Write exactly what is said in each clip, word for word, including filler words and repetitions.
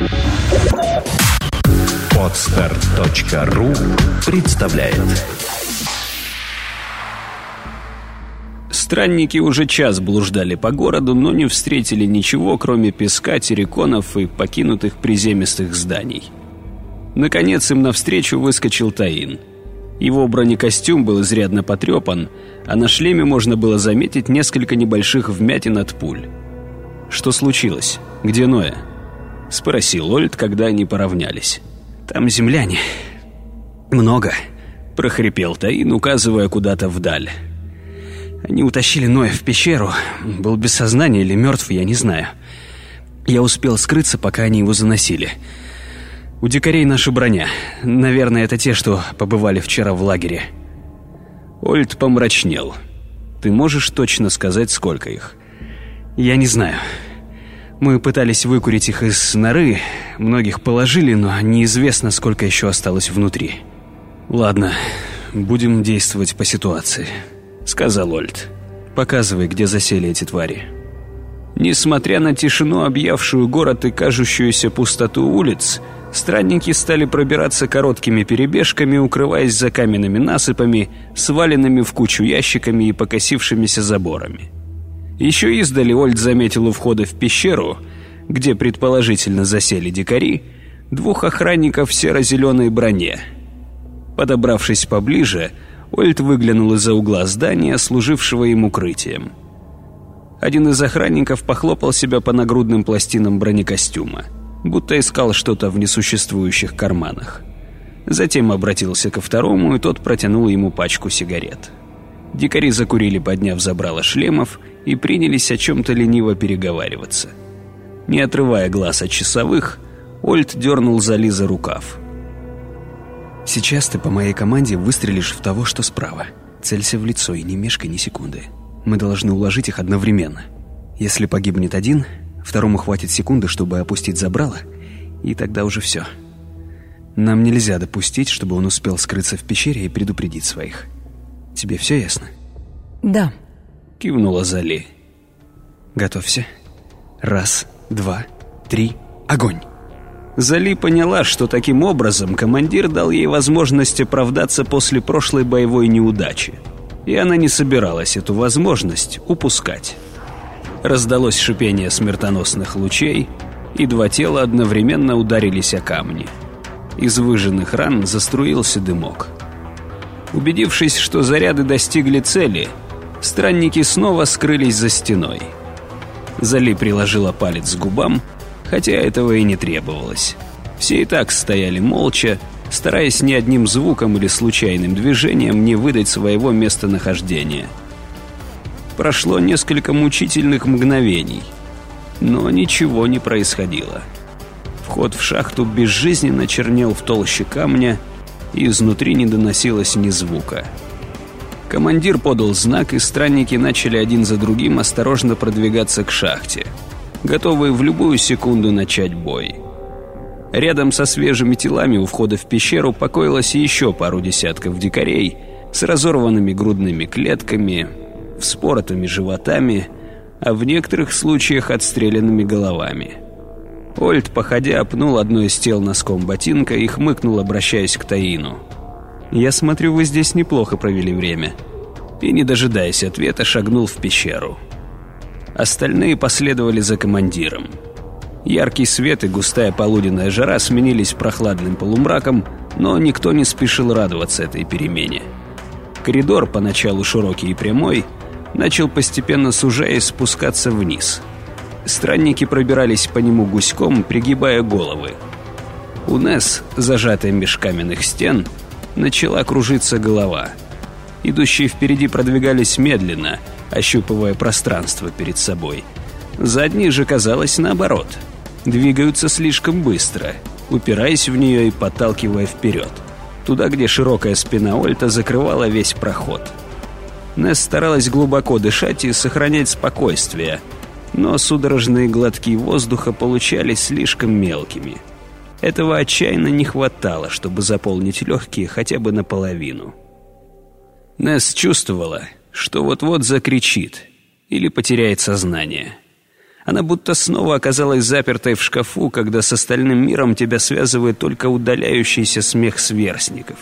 Подстер точка ру представляет. Странники уже час блуждали по городу, но не встретили ничего, кроме песка, терриконов и покинутых приземистых зданий. Наконец им навстречу выскочил Таин. Его бронекостюм был изрядно потрепан, а на шлеме можно было заметить несколько небольших вмятин от пуль. «Что случилось? Где Ноя?» — спросил Ольд, когда они поравнялись. «Там земляне. Много», — прохрипел Таин, указывая куда-то вдаль. «Они утащили Ноя в пещеру. Был без сознания или мертв, я не знаю. Я успел скрыться, пока они его заносили. У дикарей наша броня. Наверное, это те, что побывали вчера в лагере». Ольд помрачнел. «Ты можешь точно сказать, сколько их?» «Я не знаю. Мы пытались выкурить их из норы, многих положили, но неизвестно, сколько еще осталось внутри». «Ладно, будем действовать по ситуации», — сказал Ольд. «Показывай, где засели эти твари». Несмотря на тишину, объявшую город и кажущуюся пустоту улиц, странники стали пробираться короткими перебежками, укрываясь за каменными насыпами, сваленными в кучу ящиками и покосившимися заборами. Еще издали Ольд заметил у входа в пещеру, где предположительно засели дикари, двух охранников в серо-зеленой броне. Подобравшись поближе, Ольд выглянул из-за угла здания, служившего им укрытием. Один из охранников похлопал себя по нагрудным пластинам бронекостюма, будто искал что-то в несуществующих карманах. Затем обратился ко второму, и тот протянул ему пачку сигарет. Дикари закурили, подняв забрало шлемов, и принялись о чем-то лениво переговариваться. Не отрывая глаз от часовых, Ольд дернул Зали за рукав. «Сейчас ты по моей команде выстрелишь в того, что справа. Целься в лицо и не мешкай ни секунды. Мы должны уложить их одновременно. Если погибнет один, второму хватит секунды, чтобы опустить забрало, и тогда уже все. Нам нельзя допустить, чтобы он успел скрыться в пещере и предупредить своих. Тебе все ясно?» «Да», — кивнула Зали. «Готовься. Раз, два, три, огонь!» Зали поняла, что таким образом командир дал ей возможность оправдаться после прошлой боевой неудачи, и она не собиралась эту возможность упускать. Раздалось шипение смертоносных лучей, и два тела одновременно ударились о камни. Из выжженных ран заструился дымок. Убедившись, что заряды достигли цели, странники снова скрылись за стеной. Зали приложила палец к губам, хотя этого и не требовалось. Все и так стояли молча, стараясь ни одним звуком или случайным движением не выдать своего местонахождения. Прошло несколько мучительных мгновений, но ничего не происходило. Вход в шахту безжизненно чернел в толще камня, и изнутри не доносилось ни звука. Командир подал знак, и странники начали один за другим осторожно продвигаться к шахте, готовые в любую секунду начать бой. Рядом со свежими телами у входа в пещеру покоилось еще пару десятков дикарей с разорванными грудными клетками, вспоротыми животами, а в некоторых случаях отстрелянными головами. Ольд, походя, пнул одно из тел носком ботинка и хмыкнул, обращаясь к Таину. «Я смотрю, вы здесь неплохо провели время». И, не дожидаясь ответа, шагнул в пещеру. Остальные последовали за командиром. Яркий свет и густая полуденная жара сменились прохладным полумраком, но никто не спешил радоваться этой перемене. Коридор, поначалу широкий и прямой, начал постепенно сужаясь спускаться вниз. Странники пробирались по нему гуськом, пригибая головы. У Несс, зажатой меж каменных стен, начала кружиться голова. Идущие впереди продвигались медленно, ощупывая пространство перед собой. Задние же, казалось, наоборот. Двигаются слишком быстро, упираясь в нее и подталкивая вперед, туда, где широкая спина Ольта закрывала весь проход. Несс старалась глубоко дышать и сохранять спокойствие, но судорожные глотки воздуха получались слишком мелкими. Этого отчаянно не хватало, чтобы заполнить легкие хотя бы наполовину. Несс чувствовала, что вот-вот закричит или потеряет сознание. Она будто снова оказалась запертой в шкафу, когда с остальным миром тебя связывает только удаляющийся смех сверстников.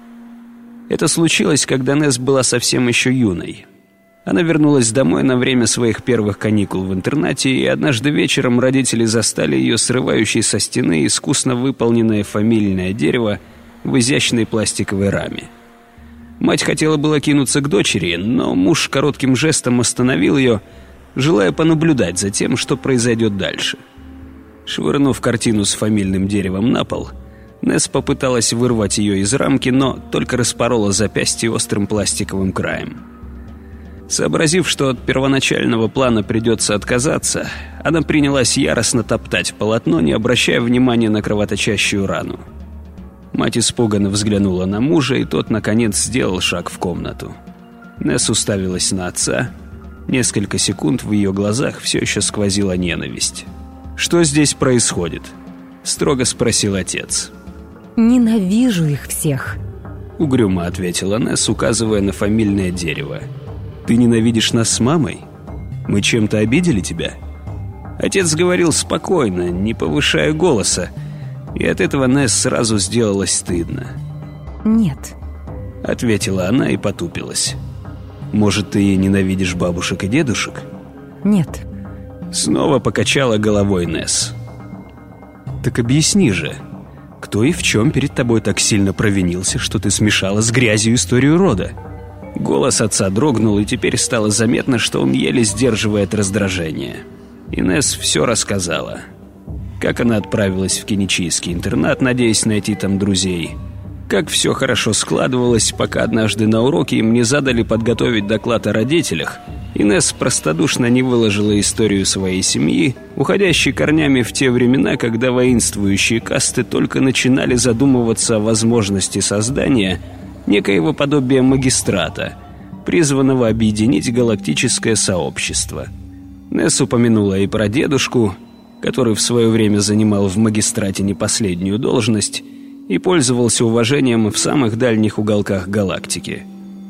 Это случилось, когда Несс была совсем еще юной. Она вернулась домой на время своих первых каникул в интернате, и однажды вечером родители застали ее срывающей со стены искусно выполненное фамильное дерево в изящной пластиковой раме. Мать хотела было кинуться к дочери, но муж коротким жестом остановил ее, желая понаблюдать за тем, что произойдет дальше. Швырнув картину с фамильным деревом на пол, Несс попыталась вырвать ее из рамки, но только распорола запястье острым пластиковым краем. Сообразив, что от первоначального плана придется отказаться, она принялась яростно топтать полотно, не обращая внимания на кровоточащую рану. Мать испуганно взглянула на мужа, и тот, наконец, сделал шаг в комнату. Несс уставилась на отца. Несколько секунд в ее глазах все еще сквозила ненависть. «Что здесь происходит?» — строго спросил отец. «Ненавижу их всех», — угрюмо ответила Несс, указывая на фамильное дерево. «Ты ненавидишь нас с мамой? Мы чем-то обидели тебя?» Отец говорил спокойно, не повышая голоса, и от этого Несс сразу сделалось стыдно. «Нет», — ответила она и потупилась. «Может, ты ненавидишь бабушек и дедушек?» «Нет». Снова покачала головой Несс. «Так объясни же, кто и в чем перед тобой так сильно провинился, что ты смешала с грязью историю рода?» Голос отца дрогнул, и теперь стало заметно, что он еле сдерживает раздражение. И Несс все рассказала. Как она отправилась в киничийский интернат, надеясь найти там друзей. Как все хорошо складывалось, пока однажды на уроке им не задали подготовить доклад о родителях, и Несс простодушно не выложила историю своей семьи, уходящей корнями в те времена, когда воинствующие касты только начинали задумываться о возможности создания некоего подобия магистрата, призванного объединить галактическое сообщество. Несс упомянула и про дедушку, который в свое время занимал в магистрате не последнюю должность и пользовался уважением в самых дальних уголках галактики.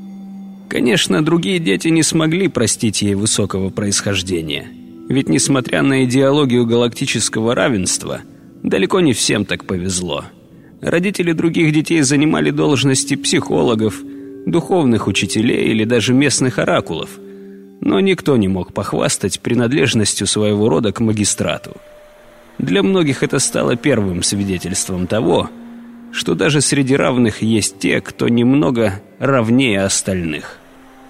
Конечно, другие дети не смогли простить ей высокого происхождения, ведь, несмотря на идеологию галактического равенства, далеко не всем так повезло. Родители других детей занимали должности психологов, духовных учителей или даже местных оракулов, но никто не мог похвастать принадлежностью своего рода к магистрату. Для многих это стало первым свидетельством того, что даже среди равных есть те, кто немного равнее остальных.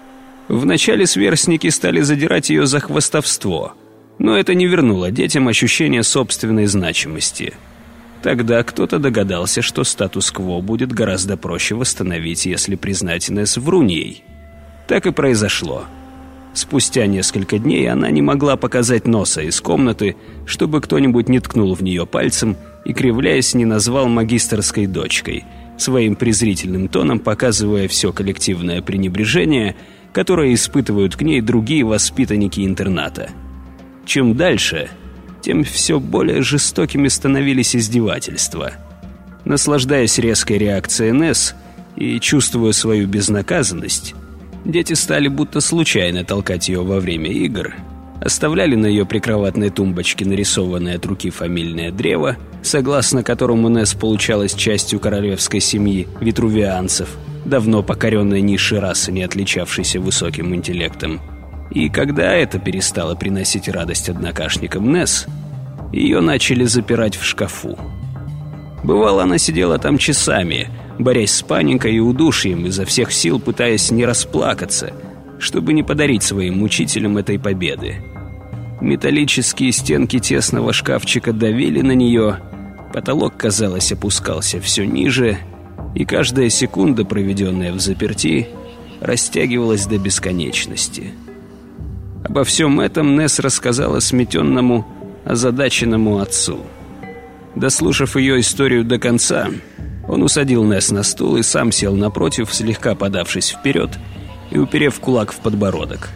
Вначале сверстники стали задирать ее за хвастовство, но это не вернуло детям ощущение собственной значимости. Тогда кто-то догадался, что статус-кво будет гораздо проще восстановить, если признать Несс вруньей. Так и произошло. Спустя несколько дней она не могла показать носа из комнаты, чтобы кто-нибудь не ткнул в нее пальцем и, кривляясь, не назвал магистерской дочкой, своим презрительным тоном показывая все коллективное пренебрежение, которое испытывают к ней другие воспитанники интерната. Чем дальше, тем все более жестокими становились издевательства. Наслаждаясь резкой реакцией Несс и чувствуя свою безнаказанность, дети стали будто случайно толкать ее во время игр, оставляли на ее прикроватной тумбочке нарисованное от руки фамильное древо, согласно которому Несс получалась частью королевской семьи витрувианцев, давно покоренной низшей расы, не отличавшейся высоким интеллектом. И когда это перестало приносить радость однокашникам Несс, ее начали запирать в шкафу. Бывало, она сидела там часами, борясь с паникой и удушьем, изо всех сил пытаясь не расплакаться, чтобы не подарить своим мучителям этой победы. Металлические стенки тесного шкафчика давили на нее, потолок, казалось, опускался все ниже, и каждая секунда, проведенная в заперти, растягивалась до бесконечности. Обо всем этом Несс рассказала сметенному, озадаченному отцу. Дослушав ее историю до конца, он усадил Несс на стул и сам сел напротив, слегка подавшись вперед и уперев кулак в подбородок.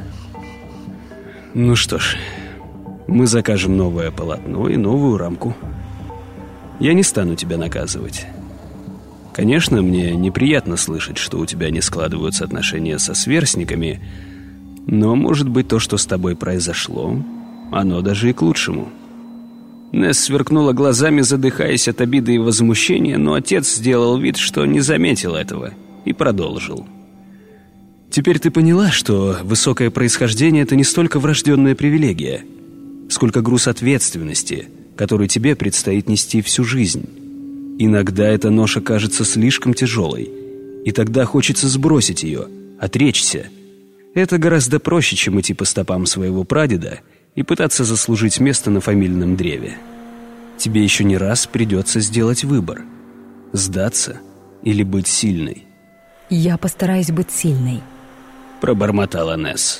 «Ну что ж, мы закажем новое полотно и новую рамку. Я не стану тебя наказывать. Конечно, мне неприятно слышать, что у тебя не складываются отношения со сверстниками, но, может быть, то, что с тобой произошло, оно даже и к лучшему. Несс сверкнула глазами, задыхаясь от обиды и возмущения, но отец сделал вид, что не заметил этого, и продолжил. «Теперь ты поняла, что высокое происхождение – это не столько врожденная привилегия, сколько груз ответственности, который тебе предстоит нести всю жизнь. Иногда эта ноша кажется слишком тяжелой, и тогда хочется сбросить ее, отречься. Это гораздо проще, чем идти по стопам своего прадеда и пытаться заслужить место на фамильном древе. Тебе еще не раз придется сделать выбор – сдаться или быть сильной». «Я постараюсь быть сильной», – пробормотала Несс.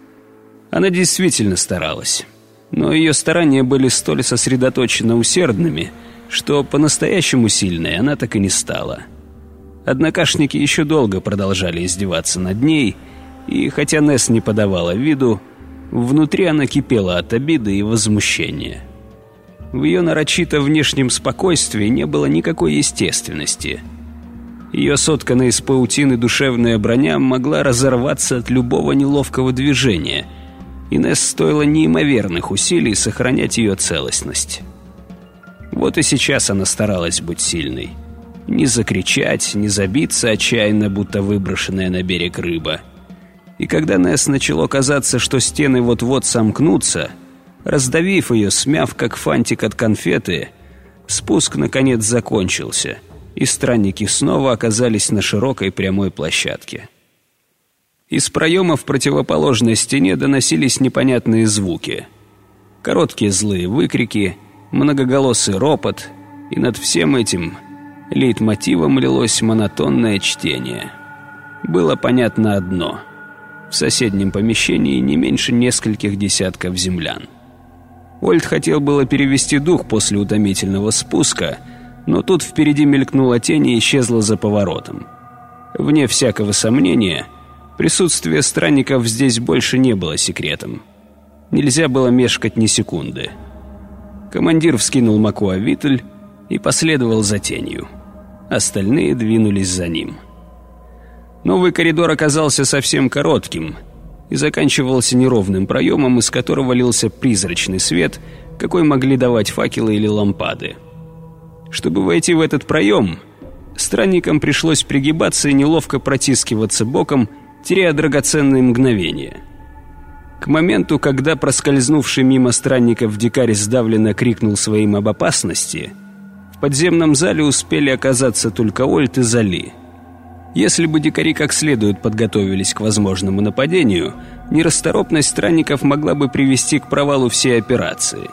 Она действительно старалась, но ее старания были столь сосредоточенно усердными, что по-настоящему сильной она так и не стала. Однокашники еще долго продолжали издеваться над ней, и хотя Несс не подавала виду, внутри она кипела от обиды и возмущения. В ее нарочито внешнем спокойствии не было никакой естественности. Ее сотканная из паутины душевная броня могла разорваться от любого неловкого движения, и Несс стоило неимоверных усилий сохранять ее целостность. Вот и сейчас она старалась быть сильной. Не закричать, не забиться отчаянно, будто выброшенная на берег рыба. И когда Несс начало казаться, что стены вот-вот сомкнутся, раздавив ее, смяв как фантик от конфеты, спуск наконец закончился, и странники снова оказались на широкой прямой площадке. Из проема в противоположной стене доносились непонятные звуки. Короткие злые выкрики, многоголосый ропот, и над всем этим лейтмотивом лилось монотонное чтение. Было понятно одно – в соседнем помещении не меньше нескольких десятков землян. Ольд хотел было перевести дух после утомительного спуска, но тут впереди мелькнула тень и исчезла за поворотом. Вне всякого сомнения, присутствие странников здесь больше не было секретом. Нельзя было мешкать ни секунды. Командир вскинул макуа-витль и последовал за тенью. Остальные двинулись за ним. Новый коридор оказался совсем коротким и заканчивался неровным проемом, из которого лился призрачный свет, какой могли давать факелы или лампады. Чтобы войти в этот проем, странникам пришлось пригибаться и неловко протискиваться боком, теряя драгоценные мгновения. К моменту, когда проскользнувший мимо странников дикарь сдавленно крикнул своим об опасности, в подземном зале успели оказаться только Ольд и Зали. Если бы дикари как следует подготовились к возможному нападению, нерасторопность странников могла бы привести к провалу всей операции.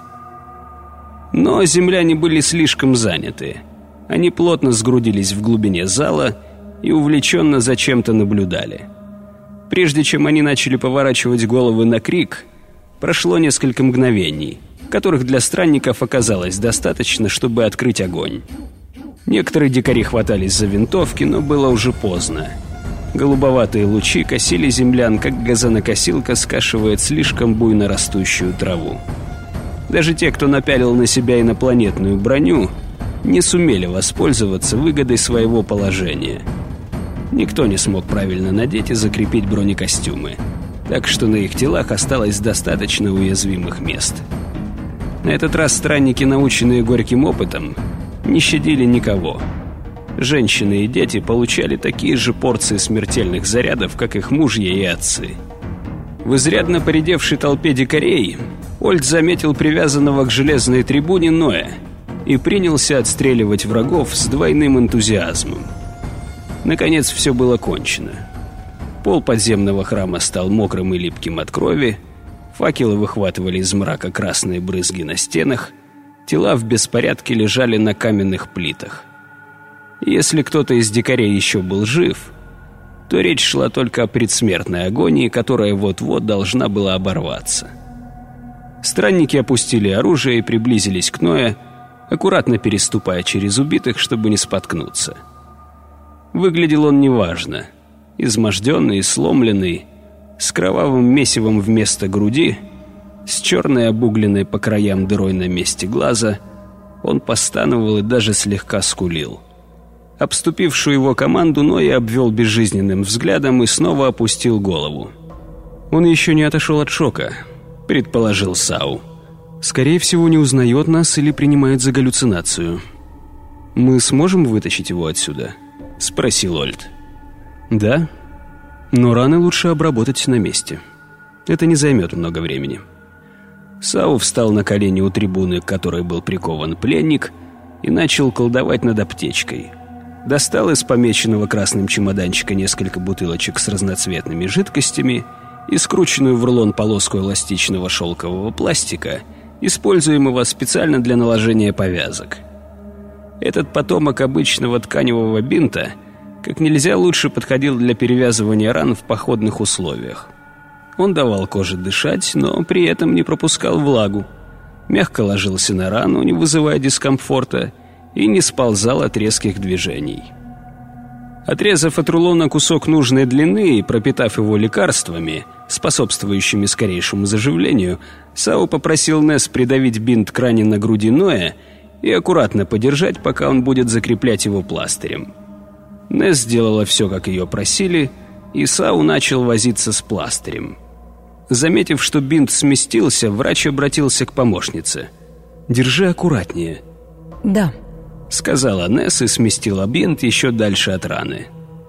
Но земляне были слишком заняты. Они плотно сгрудились в глубине зала и увлеченно за чем-то наблюдали. Прежде чем они начали поворачивать головы на крик, прошло несколько мгновений, которых для странников оказалось достаточно, чтобы открыть огонь. Некоторые дикари хватались за винтовки, но было уже поздно. Голубоватые лучи косили землян, как газонокосилка скашивает слишком буйно растущую траву. Даже те, кто напялил на себя инопланетную броню, не сумели воспользоваться выгодой своего положения. Никто не смог правильно надеть и закрепить бронекостюмы, так что на их телах осталось достаточно уязвимых мест. На этот раз странники, наученные горьким опытом, не щадили никого. Женщины и дети получали такие же порции смертельных зарядов, как их мужья и отцы. В изрядно поредевшей толпе дикарей Ольд заметил привязанного к железной трибуне Ноя и принялся отстреливать врагов с двойным энтузиазмом. Наконец все было кончено. Пол подземного храма стал мокрым и липким от крови, факелы выхватывали из мрака красные брызги на стенах, тела в беспорядке лежали на каменных плитах. Если кто-то из дикарей еще был жив, то речь шла только о предсмертной агонии, которая вот-вот должна была оборваться. Странники опустили оружие и приблизились к Ноя, аккуратно переступая через убитых, чтобы не споткнуться. Выглядел он неважно. Изможденный и сломленный, с кровавым месивом вместо груди, с черной обугленной по краям дырой на месте глаза, он постановал и даже слегка скулил. Обступившую его команду Ноя обвел безжизненным взглядом и снова опустил голову. Он еще не отошел от шока. предположил Сау. Скорее всего, не узнает нас или принимает за галлюцинацию. Мы сможем вытащить его отсюда? Спросил Ольд. Да, но раны лучше обработать на месте. Это не займет много времени. Сау встал на колени у трибуны, к которой был прикован пленник, и начал колдовать над аптечкой. Достал из помеченного красным чемоданчика несколько бутылочек с разноцветными жидкостями и скрученную в рулон полоску эластичного шелкового пластика, используемого специально для наложения повязок. Этот потомок обычного тканевого бинта как нельзя лучше подходил для перевязывания ран в походных условиях. Он давал коже дышать, но при этом не пропускал влагу, мягко ложился на рану, не вызывая дискомфорта, и не сползал от резких движений. Отрезав от рулона кусок нужной длины и пропитав его лекарствами, способствующими скорейшему заживлению, Сау попросил Несс придавить бинт к ране на груди Ноя и аккуратно подержать, пока он будет закреплять его пластырем. Несс сделала все, как ее просили, и Сау начал возиться с пластырем. Заметив, что бинт сместился, врач обратился к помощнице. «Держи аккуратнее». «Да», — сказала Несс и сместила бинт еще дальше от раны.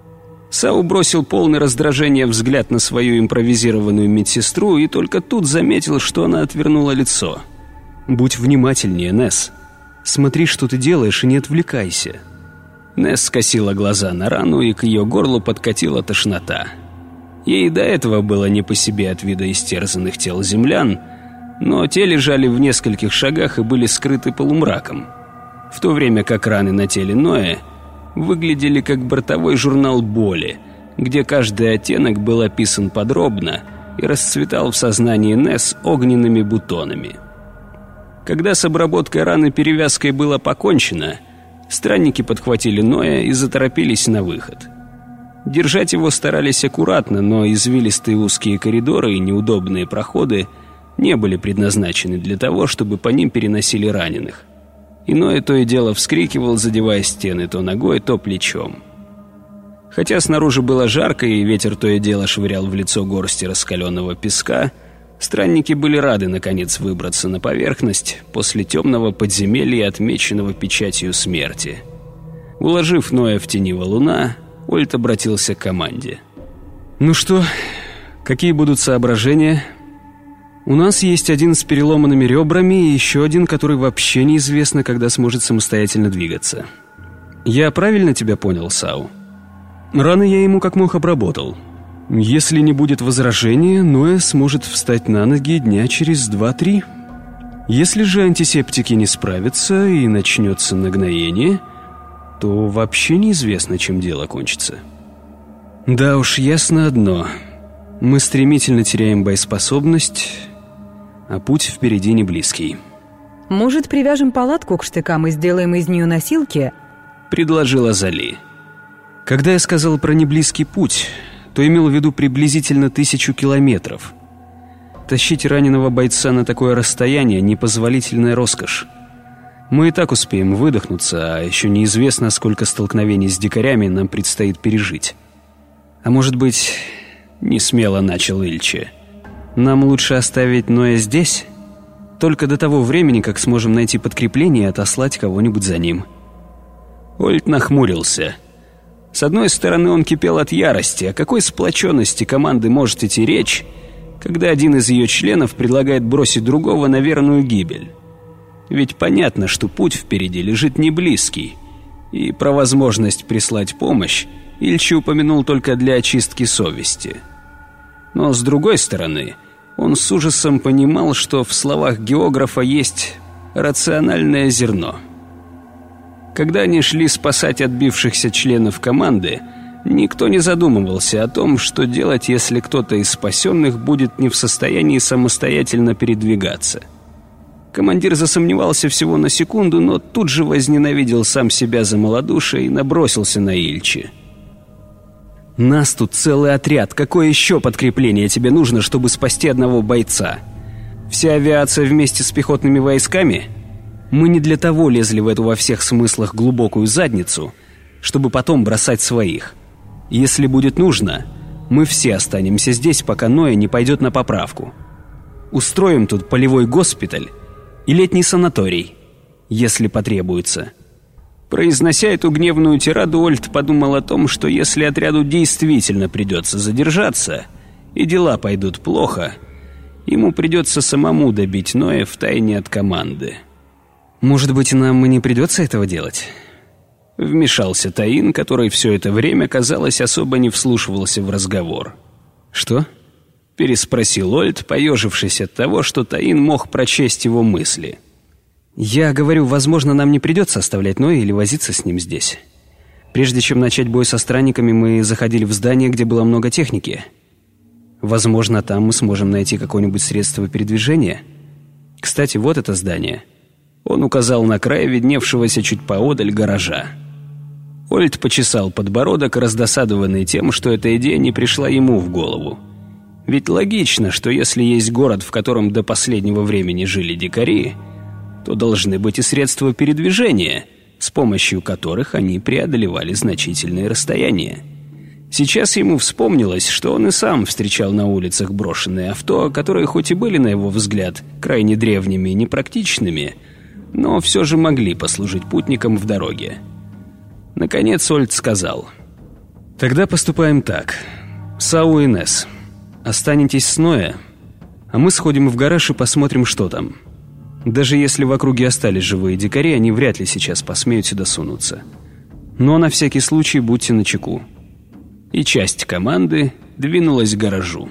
Сау бросил полный раздражения взгляд на свою импровизированную медсестру и только тут заметил, что она отвернула лицо. «Будь внимательнее, Несс. Смотри, что ты делаешь, и не отвлекайся». Несс скосила глаза на рану, и к ее горлу подкатила тошнота. Ей до этого было не по себе от вида истерзанных тел землян, но те лежали в нескольких шагах и были скрыты полумраком, в то время как раны на теле Ноя выглядели как бортовой журнал боли, где каждый оттенок был описан подробно и расцветал в сознании Несс огненными бутонами. Когда с обработкой раны перевязкой было покончено, странники подхватили Ноя и заторопились на выход. Держать его старались аккуратно, но извилистые узкие коридоры и неудобные проходы не были предназначены для того, чтобы по ним переносили раненых. И Ной то и дело вскрикивал, задевая стены то ногой, то плечом. Хотя снаружи было жарко, и ветер то и дело швырял в лицо горсти раскаленного песка, странники были рады, наконец, выбраться на поверхность после темного подземелья, отмеченного печатью смерти. Уложив Ноя в тени валуна, Ольд обратился к команде. «Ну что, какие будут соображения? У нас есть один с переломанными ребрами и еще один, который вообще неизвестно, когда сможет самостоятельно двигаться. Я правильно тебя понял, Сау? Раны я ему как мог обработал. Если не будет возражения, Ноя сможет встать на ноги дня через два-три. Если же антисептики не справятся и начнется нагноение, то вообще неизвестно, чем дело кончится. Да уж, ясно одно. Мы стремительно теряем боеспособность, а путь впереди не близкий». «Может, привяжем палатку к штыкам и сделаем из нее носилки?» — предложила Зали. Когда я сказал про неблизкий путь, то имел в виду приблизительно тысячу километров. Тащить раненого бойца на такое расстояние — непозволительная роскошь. Мы и так успеем выдохнуться, а еще неизвестно, сколько столкновений с дикарями нам предстоит пережить. А может быть, не смело начал Ильче, нам лучше оставить Ноя здесь? Только до того времени, как сможем найти подкрепление и отослать кого-нибудь за ним». Ольд нахмурился. С одной стороны, он кипел от ярости. О какой сплоченности команды может идти речь, когда один из ее членов предлагает бросить другого на верную гибель? Ведь понятно, что путь впереди лежит не близкий, и про возможность прислать помощь Ильчи упомянул только для очистки совести. Но с другой стороны, он с ужасом понимал, что в словах географа есть рациональное зерно. Когда они шли спасать отбившихся членов команды, никто не задумывался о том, что делать, если кто-то из спасенных будет не в состоянии самостоятельно передвигаться. Командир засомневался всего на секунду, но тут же возненавидел сам себя за малодушие и набросился на Ильчи. «Нас тут целый отряд. Какое еще подкрепление тебе нужно, чтобы спасти одного бойца? Вся авиация вместе с пехотными войсками? Мы не для того лезли в эту во всех смыслах глубокую задницу, чтобы потом бросать своих. Если будет нужно, мы все останемся здесь, пока Ноя не пойдет на поправку. Устроим тут полевой госпиталь и летний санаторий, если потребуется». Произнося эту гневную тираду, Ольд подумал о том, что если отряду действительно придется задержаться, и дела пойдут плохо, ему придется самому добить Ноя втайне от команды. «Может быть, нам и не придется этого делать?» Вмешался Таин, который все это время, казалось, особо не вслушивался в разговор. «Что?» — переспросил Ольд, поежившись от того, что Таин мог прочесть его мысли. «Я говорю, возможно, нам не придется оставлять Ноя или возиться с ним здесь. Прежде чем начать бой со странниками, мы заходили в здание, где было много техники. Возможно, там мы сможем найти какое-нибудь средство передвижения. Кстати, вот это здание». Он указал на край видневшегося чуть поодаль гаража. Ольд почесал подбородок, раздосадованный тем, что эта идея не пришла ему в голову. Ведь логично, что если есть город, в котором до последнего времени жили дикари, то должны быть и средства передвижения, с помощью которых они преодолевали значительные расстояния. Сейчас ему вспомнилось, что он и сам встречал на улицах брошенные авто, которые хоть и были, на его взгляд, крайне древними и непрактичными, но все же могли послужить путникам в дороге. Наконец Ольд сказал: «Тогда поступаем так. Сау и Несс, останетесь с Ноя, а мы сходим в гараж и посмотрим, что там. Даже если в округе остались живые дикари, они вряд ли сейчас посмеют сюда сунуться. Но на всякий случай будьте начеку». И часть команды двинулась к гаражу.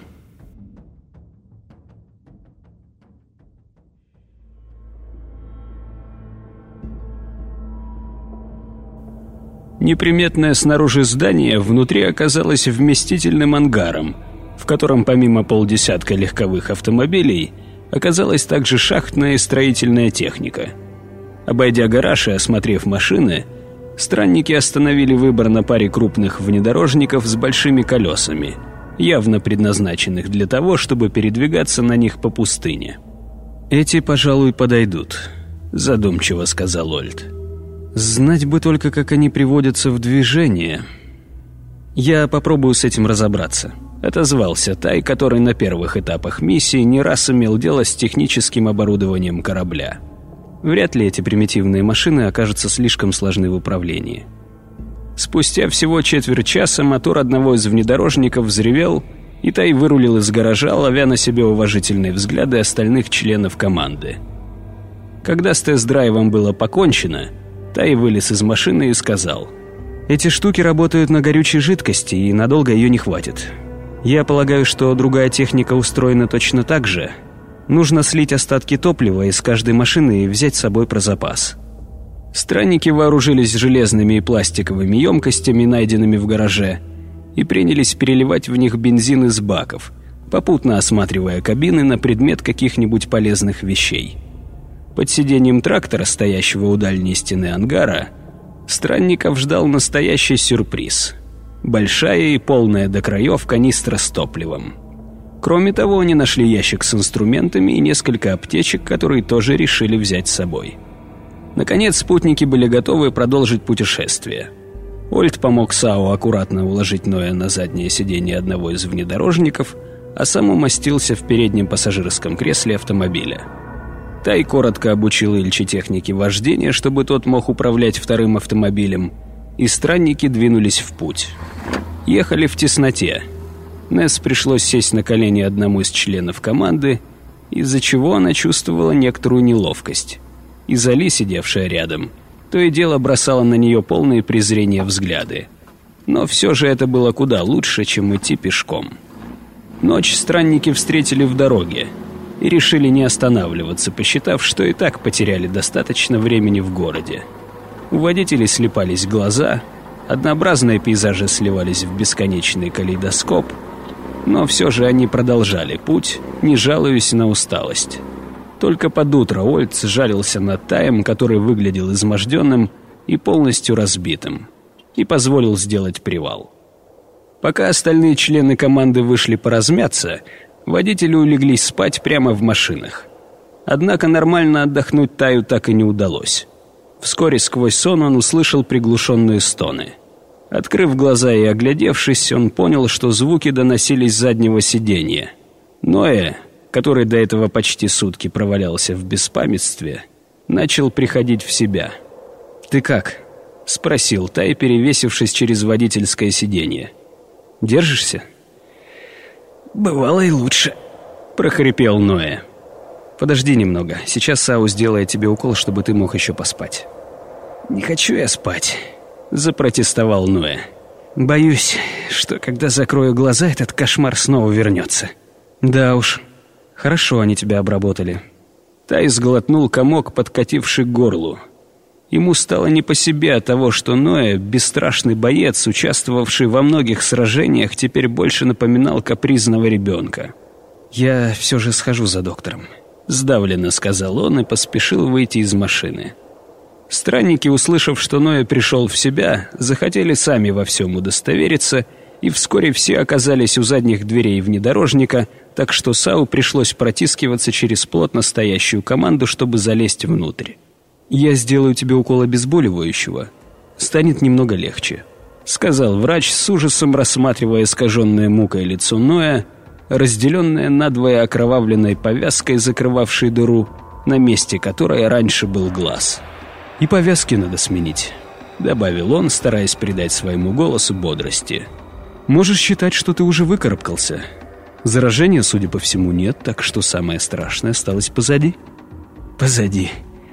Неприметное снаружи здание внутри оказалось вместительным ангаром, в котором помимо полдесятка легковых автомобилей оказалась также шахтная и строительная техника. Обойдя гараж и осмотрев машины, странники остановили выбор на паре крупных внедорожников с большими колесами, явно предназначенных для того, чтобы передвигаться на них по пустыне. «Эти, пожалуй, подойдут», — задумчиво сказал Ольд. «Знать бы только, как они приводятся в движение. Я попробую с этим разобраться», — отозвался Тай, который на первых этапах миссии не раз имел дело с техническим оборудованием корабля. Вряд ли эти примитивные машины окажутся слишком сложны в управлении. Спустя всего четверть часа мотор одного из внедорожников взревел, и Тай вырулил из гаража, ловя на себе уважительные взгляды остальных членов команды. Когда с тест-драйвом было покончено, Тай вылез из машины и сказал: «Эти штуки работают на горючей жидкости, и надолго ее не хватит. Я полагаю, что другая техника устроена точно так же. Нужно слить остатки топлива из каждой машины и взять с собой про запас». Странники вооружились железными и пластиковыми емкостями, найденными в гараже, и принялись переливать в них бензин из баков, попутно осматривая кабины на предмет каких-нибудь полезных вещей. Под сиденьем трактора, стоящего у дальней стены ангара, странников ждал настоящий сюрприз – большая и полная до краев канистра с топливом. Кроме того, они нашли ящик с инструментами и несколько аптечек, которые тоже решили взять с собой. Наконец, спутники были готовы продолжить путешествие. Ольд помог Сау аккуратно уложить Ноя на заднее сиденье одного из внедорожников, а сам умостился в переднем пассажирском кресле автомобиля. Тай коротко обучил Ильчи технике вождения, чтобы тот мог управлять вторым автомобилем, и странники двинулись в путь. Ехали в тесноте. Несс пришлось сесть на колени одному из членов команды, из-за чего она чувствовала некоторую неловкость. И Зали, сидевшая рядом, то и дело бросала на нее полные презрения взгляды. Но все же это было куда лучше, чем идти пешком. Ночь странники встретили в дороге и решили не останавливаться, посчитав, что и так потеряли достаточно времени в городе. У водителей слипались глаза, однообразные пейзажи сливались в бесконечный калейдоскоп, но все же они продолжали путь, не жалуясь на усталость. Только под утро Ольд сжалился над Таем, который выглядел изможденным и полностью разбитым, и позволил сделать привал. Пока остальные члены команды вышли поразмяться, водители улеглись спать прямо в машинах. Однако нормально отдохнуть Таю так и не удалось. Вскоре сквозь сон он услышал приглушенные стоны. Открыв глаза и оглядевшись, он понял, что звуки доносились с заднего сиденья. Ноя который до этого почти сутки провалялся в беспамятстве, начал приходить в себя. «Ты как?» — спросил Тай, перевесившись через водительское сиденье. «Держишься?» «Бывало и лучше», — прохрипел Ноэ. «Подожди немного. Сейчас Сау сделает тебе укол, чтобы ты мог еще поспать». «Не хочу я спать», — запротестовал Ноэ. «Боюсь, что когда закрою глаза, этот кошмар снова вернется». «Да уж. Хорошо они тебя обработали». Тай сглотнул комок, подкативший к горлу. Ему стало не по себе от того, что Ноэ, бесстрашный боец, участвовавший во многих сражениях, теперь больше напоминал капризного ребенка. «Я все же схожу за доктором», — сдавленно сказал он и поспешил выйти из машины. Странники, услышав, что Ноэ пришел в себя, захотели сами во всем удостовериться, и вскоре все оказались у задних дверей внедорожника, так что Сау пришлось протискиваться через плотно стоящую команду, чтобы залезть внутрь. «Я сделаю тебе укол обезболивающего. Станет немного легче», — сказал врач, с ужасом рассматривая искаженное мукой лицо Ноэ, разделенное надвое окровавленной повязкой, закрывавшей дыру, на месте которой раньше был глаз. «И повязки надо сменить», — добавил он, стараясь придать своему голосу бодрости. «Можешь считать, что ты уже выкарабкался. Заражения, судя по всему, нет, так что самое страшное осталось позади». «Позади».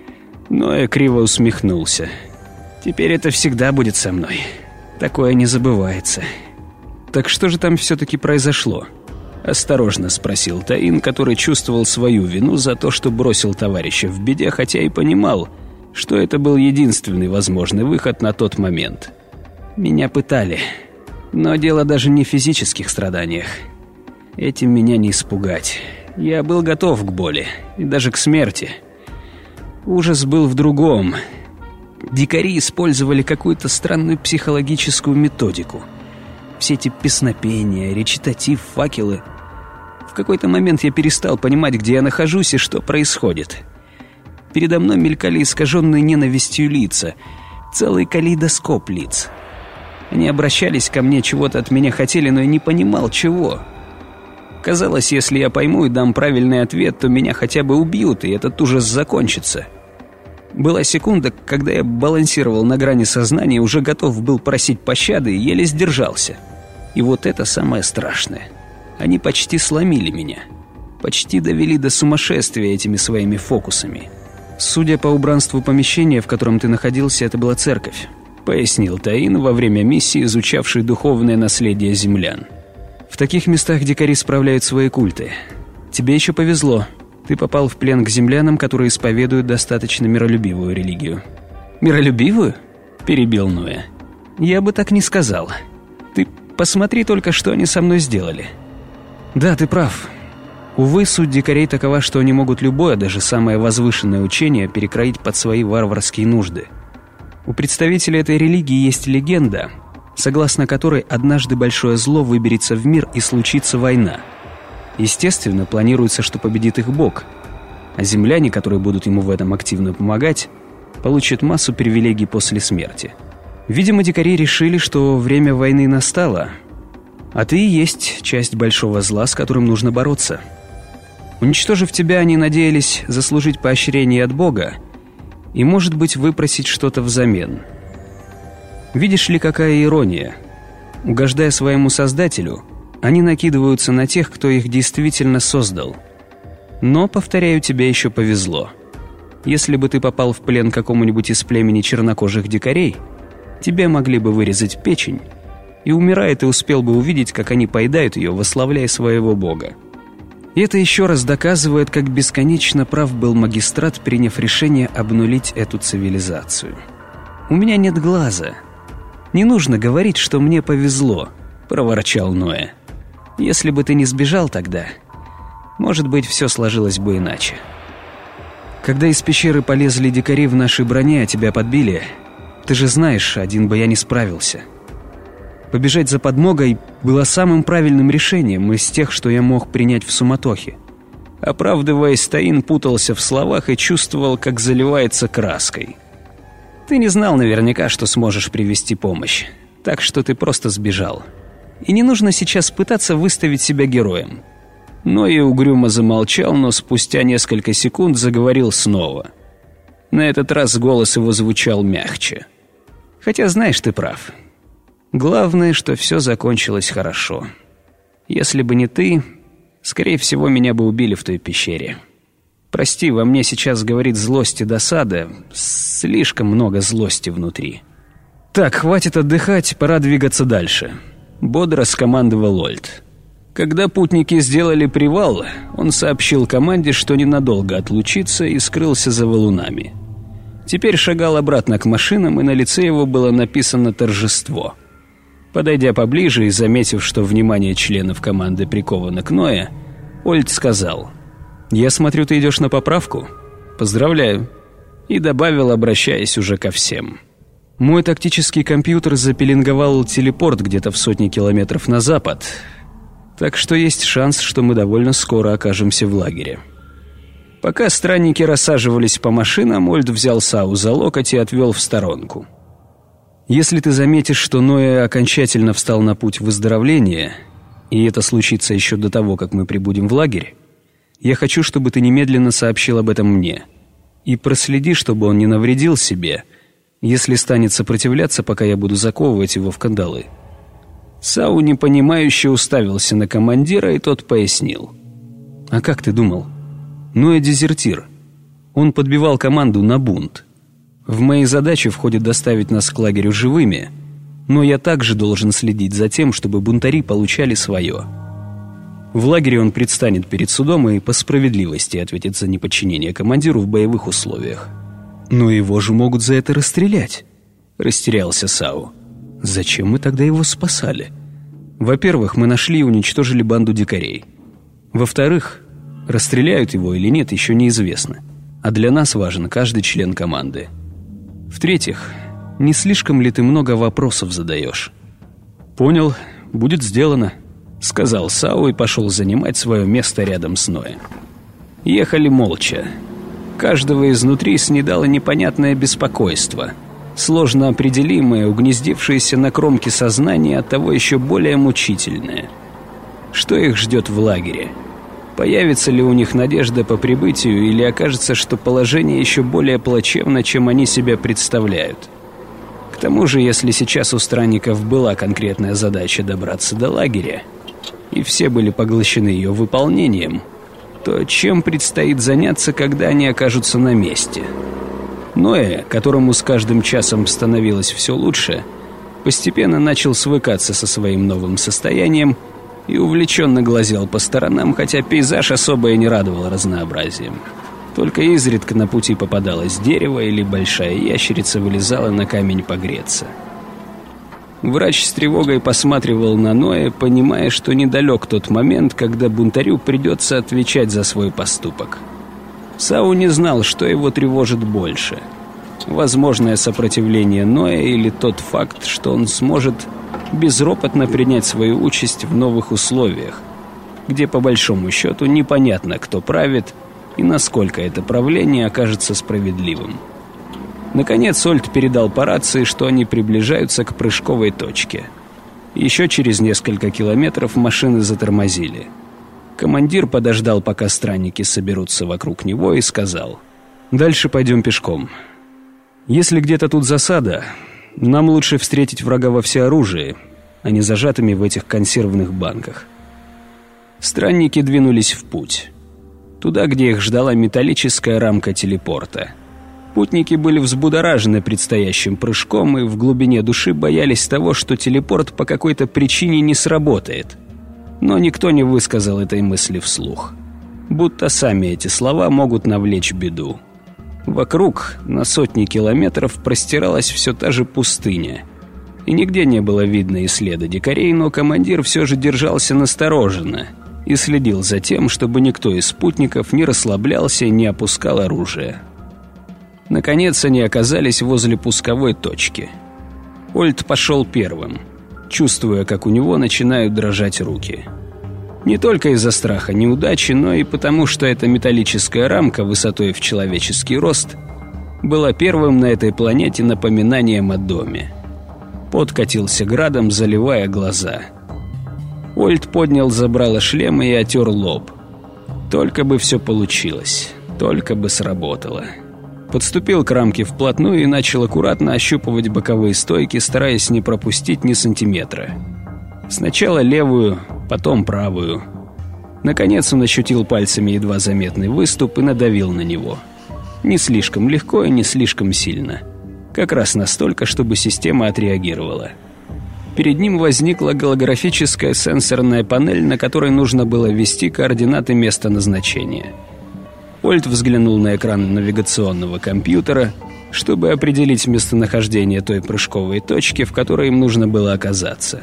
Ноэ криво усмехнулся. «Теперь это всегда будет со мной. Такое не забывается». «Так что же там все-таки произошло?» — осторожно спросил Таин, который чувствовал свою вину за то, что бросил товарища в беде, хотя и понимал, что это был единственный возможный выход на тот момент. «Меня пытали. Но дело даже не в физических страданиях. Этим меня не испугать. Я был готов к боли и даже к смерти. Ужас был в другом. Дикари использовали какую-то странную психологическую методику. Все эти песнопения, речитатив, факелы. В какой-то момент я перестал понимать, где я нахожусь и что происходит. Передо мной мелькали искаженные ненавистью лица, целый калейдоскоп лиц. Они обращались ко мне, чего-то от меня хотели, но я не понимал, чего. Казалось, если я пойму и дам правильный ответ, то меня хотя бы убьют, и этот ужас закончится. Была секунда, когда я балансировал на грани сознания, уже готов был просить пощады и еле сдержался. И вот это самое страшное. Они почти сломили меня. Почти довели до сумасшествия этими своими фокусами. «Судя по убранству помещения, в котором ты находился, это была церковь», — пояснил Таин во время миссии, изучавший духовное наследие землян. «В таких местах дикари справляют свои культы. Тебе еще повезло. Ты попал в плен к землянам, которые исповедуют достаточно миролюбивую религию». «Миролюбивую?» — перебил Ноэ. «Я бы так не сказал. Ты посмотри только, что они со мной сделали». «Да, ты прав. Увы, суть дикарей такова, что они могут любое, даже самое возвышенное учение перекроить под свои варварские нужды. У представителей этой религии есть легенда, согласно которой однажды большое зло выберется в мир и случится война. Естественно, планируется, что победит их бог, а земляне, которые будут ему в этом активно помогать, получат массу привилегий после смерти. Видимо, дикари решили, что время войны настало, а ты и есть часть большого зла, с которым нужно бороться. Уничтожив тебя, они надеялись заслужить поощрение от Бога и, может быть, выпросить что-то взамен. Видишь ли, какая ирония? Угождая своему Создателю, они накидываются на тех, кто их действительно создал. Но, повторяю, тебе еще повезло. Если бы ты попал в плен какому-нибудь из племени чернокожих дикарей, тебе могли бы вырезать печень, и, умирая, ты успел бы увидеть, как они поедают ее, восславляя своего бога. И это еще раз доказывает, как бесконечно прав был магистрат, приняв решение обнулить эту цивилизацию. «У меня нет глаза. Не нужно говорить, что мне повезло», — проворчал Ноэ. «Если бы ты не сбежал тогда, может быть, все сложилось бы иначе. Когда из пещеры полезли дикари в нашей броне, а тебя подбили, ты же знаешь, один бы я не справился. Побежать за подмогой было самым правильным решением из тех, что я мог принять в суматохе». Оправдываясь, Таин путался в словах и чувствовал, как заливается краской. «Ты не знал наверняка, что сможешь привести помощь, так что ты просто сбежал. И не нужно сейчас пытаться выставить себя героем. Но и угрюмо замолчал, но спустя несколько секунд заговорил снова. На этот раз голос его звучал мягче. «Хотя, знаешь, ты прав. Главное, что все закончилось хорошо. Если бы не ты, скорее всего, меня бы убили в той пещере. Прости, во мне сейчас говорит злость и досада. Слишком много злости внутри». «Так, хватит отдыхать, пора двигаться дальше», — бодро скомандовал Ольд. Когда путники сделали привал, он сообщил команде, что ненадолго отлучится, и скрылся за валунами. Теперь шагал обратно к машинам, и на лице его было написано торжество. Подойдя поближе и заметив, что внимание членов команды приковано к Ное, Ольд сказал: «Я смотрю, ты идешь на поправку? Поздравляю». И добавил, обращаясь уже ко всем: «Мой тактический компьютер запеленговал телепорт где-то в сотни километров на запад, так что есть шанс, что мы довольно скоро окажемся в лагере». Пока странники рассаживались по машинам, Ольд взял Сау за локоть и отвел в сторонку. «Если ты заметишь, что Ное окончательно встал на путь выздоровления, и это случится еще до того, как мы прибудем в лагерь, я хочу, чтобы ты немедленно сообщил об этом мне. И проследи, чтобы он не навредил себе, если станет сопротивляться, пока я буду заковывать его в кандалы». Сау непонимающе уставился на командира, и тот пояснил: «А как ты думал? Ное дезертир. Он подбивал команду на бунт. В мои задачи входит доставить нас к лагерю живыми, но я также должен следить за тем, чтобы бунтари получали свое. В лагере он предстанет перед судом и по справедливости ответит за неподчинение командиру в боевых условиях». «Но его же могут за это расстрелять», — растерялся Сау. «Зачем мы тогда его спасали? Во-первых, мы нашли и уничтожили банду дикарей. Во-вторых, расстреляют его или нет, еще неизвестно. А для нас важен каждый член команды. В-третьих, не слишком ли ты много вопросов задаешь?» «Понял, будет сделано», — сказал Сау и пошел занимать свое место рядом с Ноем. Ехали молча. Каждого изнутри снедало непонятное беспокойство, сложно определимое, угнездившееся на кромке сознания, оттого еще более мучительное. Что их ждет в лагере? Появится ли у них надежда по прибытию, или окажется, что положение еще более плачевно, чем они себя представляют? К тому же, если сейчас у странников была конкретная задача добраться до лагеря, и все были поглощены ее выполнением, то чем предстоит заняться, когда они окажутся на месте? Ное, которому с каждым часом становилось все лучше, постепенно начал свыкаться со своим новым состоянием и увлеченно глазел по сторонам, хотя пейзаж особо и не радовал разнообразием. Только изредка на пути попадалось дерево или большая ящерица вылезала на камень погреться. Врач с тревогой посматривал на Ноя, понимая, что недалек тот момент, когда бунтарю придется отвечать за свой поступок. Сау не знал, что его тревожит больше: возможное сопротивление Ноя или тот факт, что он сможет безропотно принять свою участь в новых условиях, где по большому счету непонятно, кто правит и насколько это правление окажется справедливым. Наконец Ольд передал по рации, что они приближаются к прыжковой точке. Еще через несколько километров машины затормозили. Командир подождал, пока странники соберутся вокруг него, и сказал: «Дальше пойдем пешком. Если где-то тут засада, нам лучше встретить врага во всеоружии, а не зажатыми в этих консервных банках». Странники двинулись в путь. Туда, где их ждала металлическая рамка телепорта. Путники были взбудоражены предстоящим прыжком и в глубине души боялись того, что телепорт по какой-то причине не сработает. Но никто не высказал этой мысли вслух. Будто сами эти слова могут навлечь беду. Вокруг на сотни километров простиралась все та же пустыня. И нигде не было видно и следа дикарей, но командир все же держался настороженно и следил за тем, чтобы никто из спутников не расслаблялся и не опускал оружие. Наконец они оказались возле пусковой точки. Ольд пошел первым, чувствуя, как у него начинают дрожать руки. Не только из-за страха неудачи, но и потому, что эта металлическая рамка высотой в человеческий рост была первым на этой планете напоминанием о доме. Пот катился градом, заливая глаза. Ольд поднял забрало шлема и отер лоб. Только бы все получилось, только бы сработало. Подступил к рамке вплотную и начал аккуратно ощупывать боковые стойки, стараясь не пропустить ни сантиметра. Сначала левую, потом правую. Наконец он ощутил пальцами едва заметный выступ и надавил на него. Не слишком легко и не слишком сильно. Как раз настолько, чтобы система отреагировала. Перед ним возникла голографическая сенсорная панель, на которой нужно было ввести координаты места назначения. Ольт взглянул на экран навигационного компьютера, чтобы определить местонахождение той прыжковой точки, в которой им нужно было оказаться.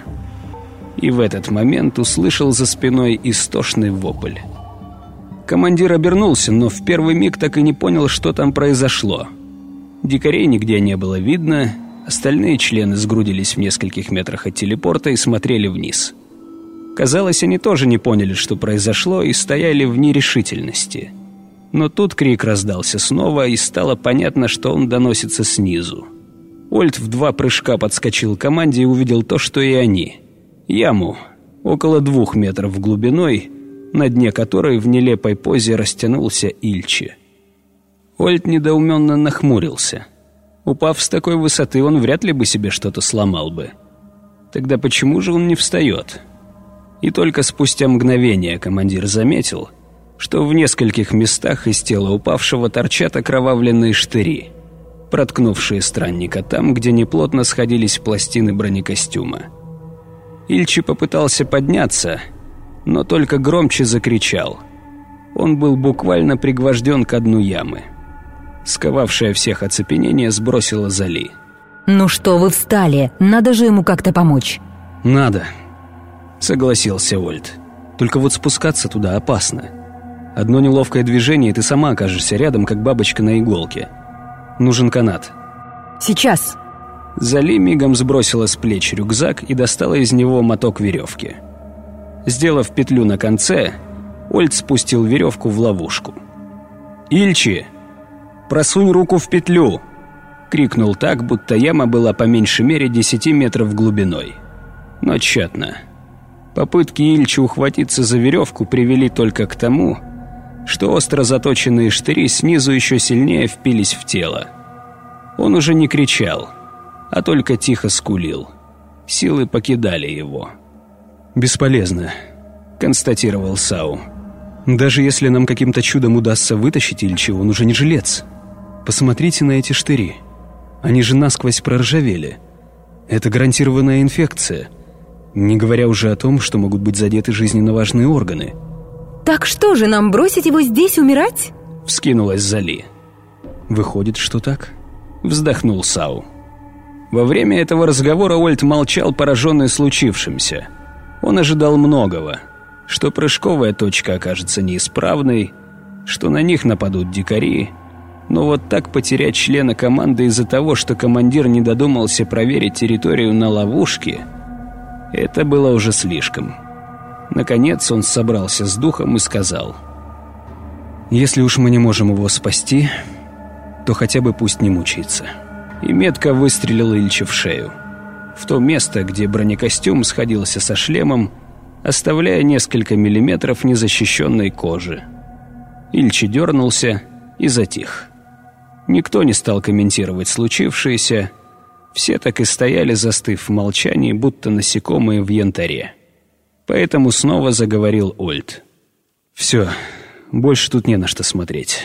И в этот момент услышал за спиной истошный вопль. Командир обернулся, но в первый миг так и не понял, что там произошло. Дикарей нигде не было видно, остальные члены сгрудились в нескольких метрах от телепорта и смотрели вниз. Казалось, они тоже не поняли, что произошло, и стояли в нерешительности. Но тут крик раздался снова, и стало понятно, что он доносится снизу. Ольт в два прыжка подскочил к команде и увидел то, что и они. Яму, около двух метров глубиной, на дне которой в нелепой позе растянулся Ильчи. Ольт недоуменно нахмурился. Упав с такой высоты, он вряд ли бы себе что-то сломал бы. Тогда почему же он не встает? И только спустя мгновение командир заметил, что в нескольких местах из тела упавшего торчат окровавленные штыри, проткнувшие странника там, где неплотно сходились пластины бронекостюма. Ильчи попытался подняться, но только громче закричал. Он был буквально пригвожден к дну ямы. Сковавшее всех оцепенение сбросило Зали. «Ну что вы встали? Надо же ему как-то помочь». «Надо», — согласился Ольт. «Только вот спускаться туда опасно. Одно неловкое движение, и ты сама окажешься рядом, как бабочка на иголке. Нужен канат». «Сейчас». Зали мигом сбросила с плеч рюкзак и достала из него моток веревки. Сделав петлю на конце, Ольт спустил веревку в ловушку. «Ильчи, просунь руку в петлю!» — крикнул так, будто яма была по меньшей мере десяти метров глубиной. Но тщетно. Попытки Ильчи ухватиться за веревку привели только к тому, что остро заточенные штыри снизу еще сильнее впились в тело. Он уже не кричал, а только тихо скулил. Силы покидали его. «Бесполезно», — констатировал Сау. «Даже если нам каким-то чудом удастся вытащить Ильчи, он уже не жилец. Посмотрите на эти штыри. Они же насквозь проржавели. Это гарантированная инфекция. Не говоря уже о том, что могут быть задеты жизненно важные органы». «Так что же, нам бросить его здесь умирать?» — вскинулась Зали. «Выходит, что так?» — вздохнул Сау. Во время этого разговора Ольт молчал, пораженный случившимся. Он ожидал многого. Что прыжковая точка окажется неисправной, что на них нападут дикари. Но вот так потерять члена команды из-за того, что командир не додумался проверить территорию на ловушке, это было уже слишком. Наконец он собрался с духом и сказал: «Если уж мы не можем его спасти, то хотя бы пусть не мучается». И метко выстрелил Ильчи в шею. В то место, где бронекостюм сходился со шлемом, оставляя несколько миллиметров незащищенной кожи. Ильчи дернулся и затих. Никто не стал комментировать случившееся. Все так и стояли, застыв в молчании, будто насекомые в янтаре. Поэтому снова заговорил Ольт. «Все, больше тут не на что смотреть.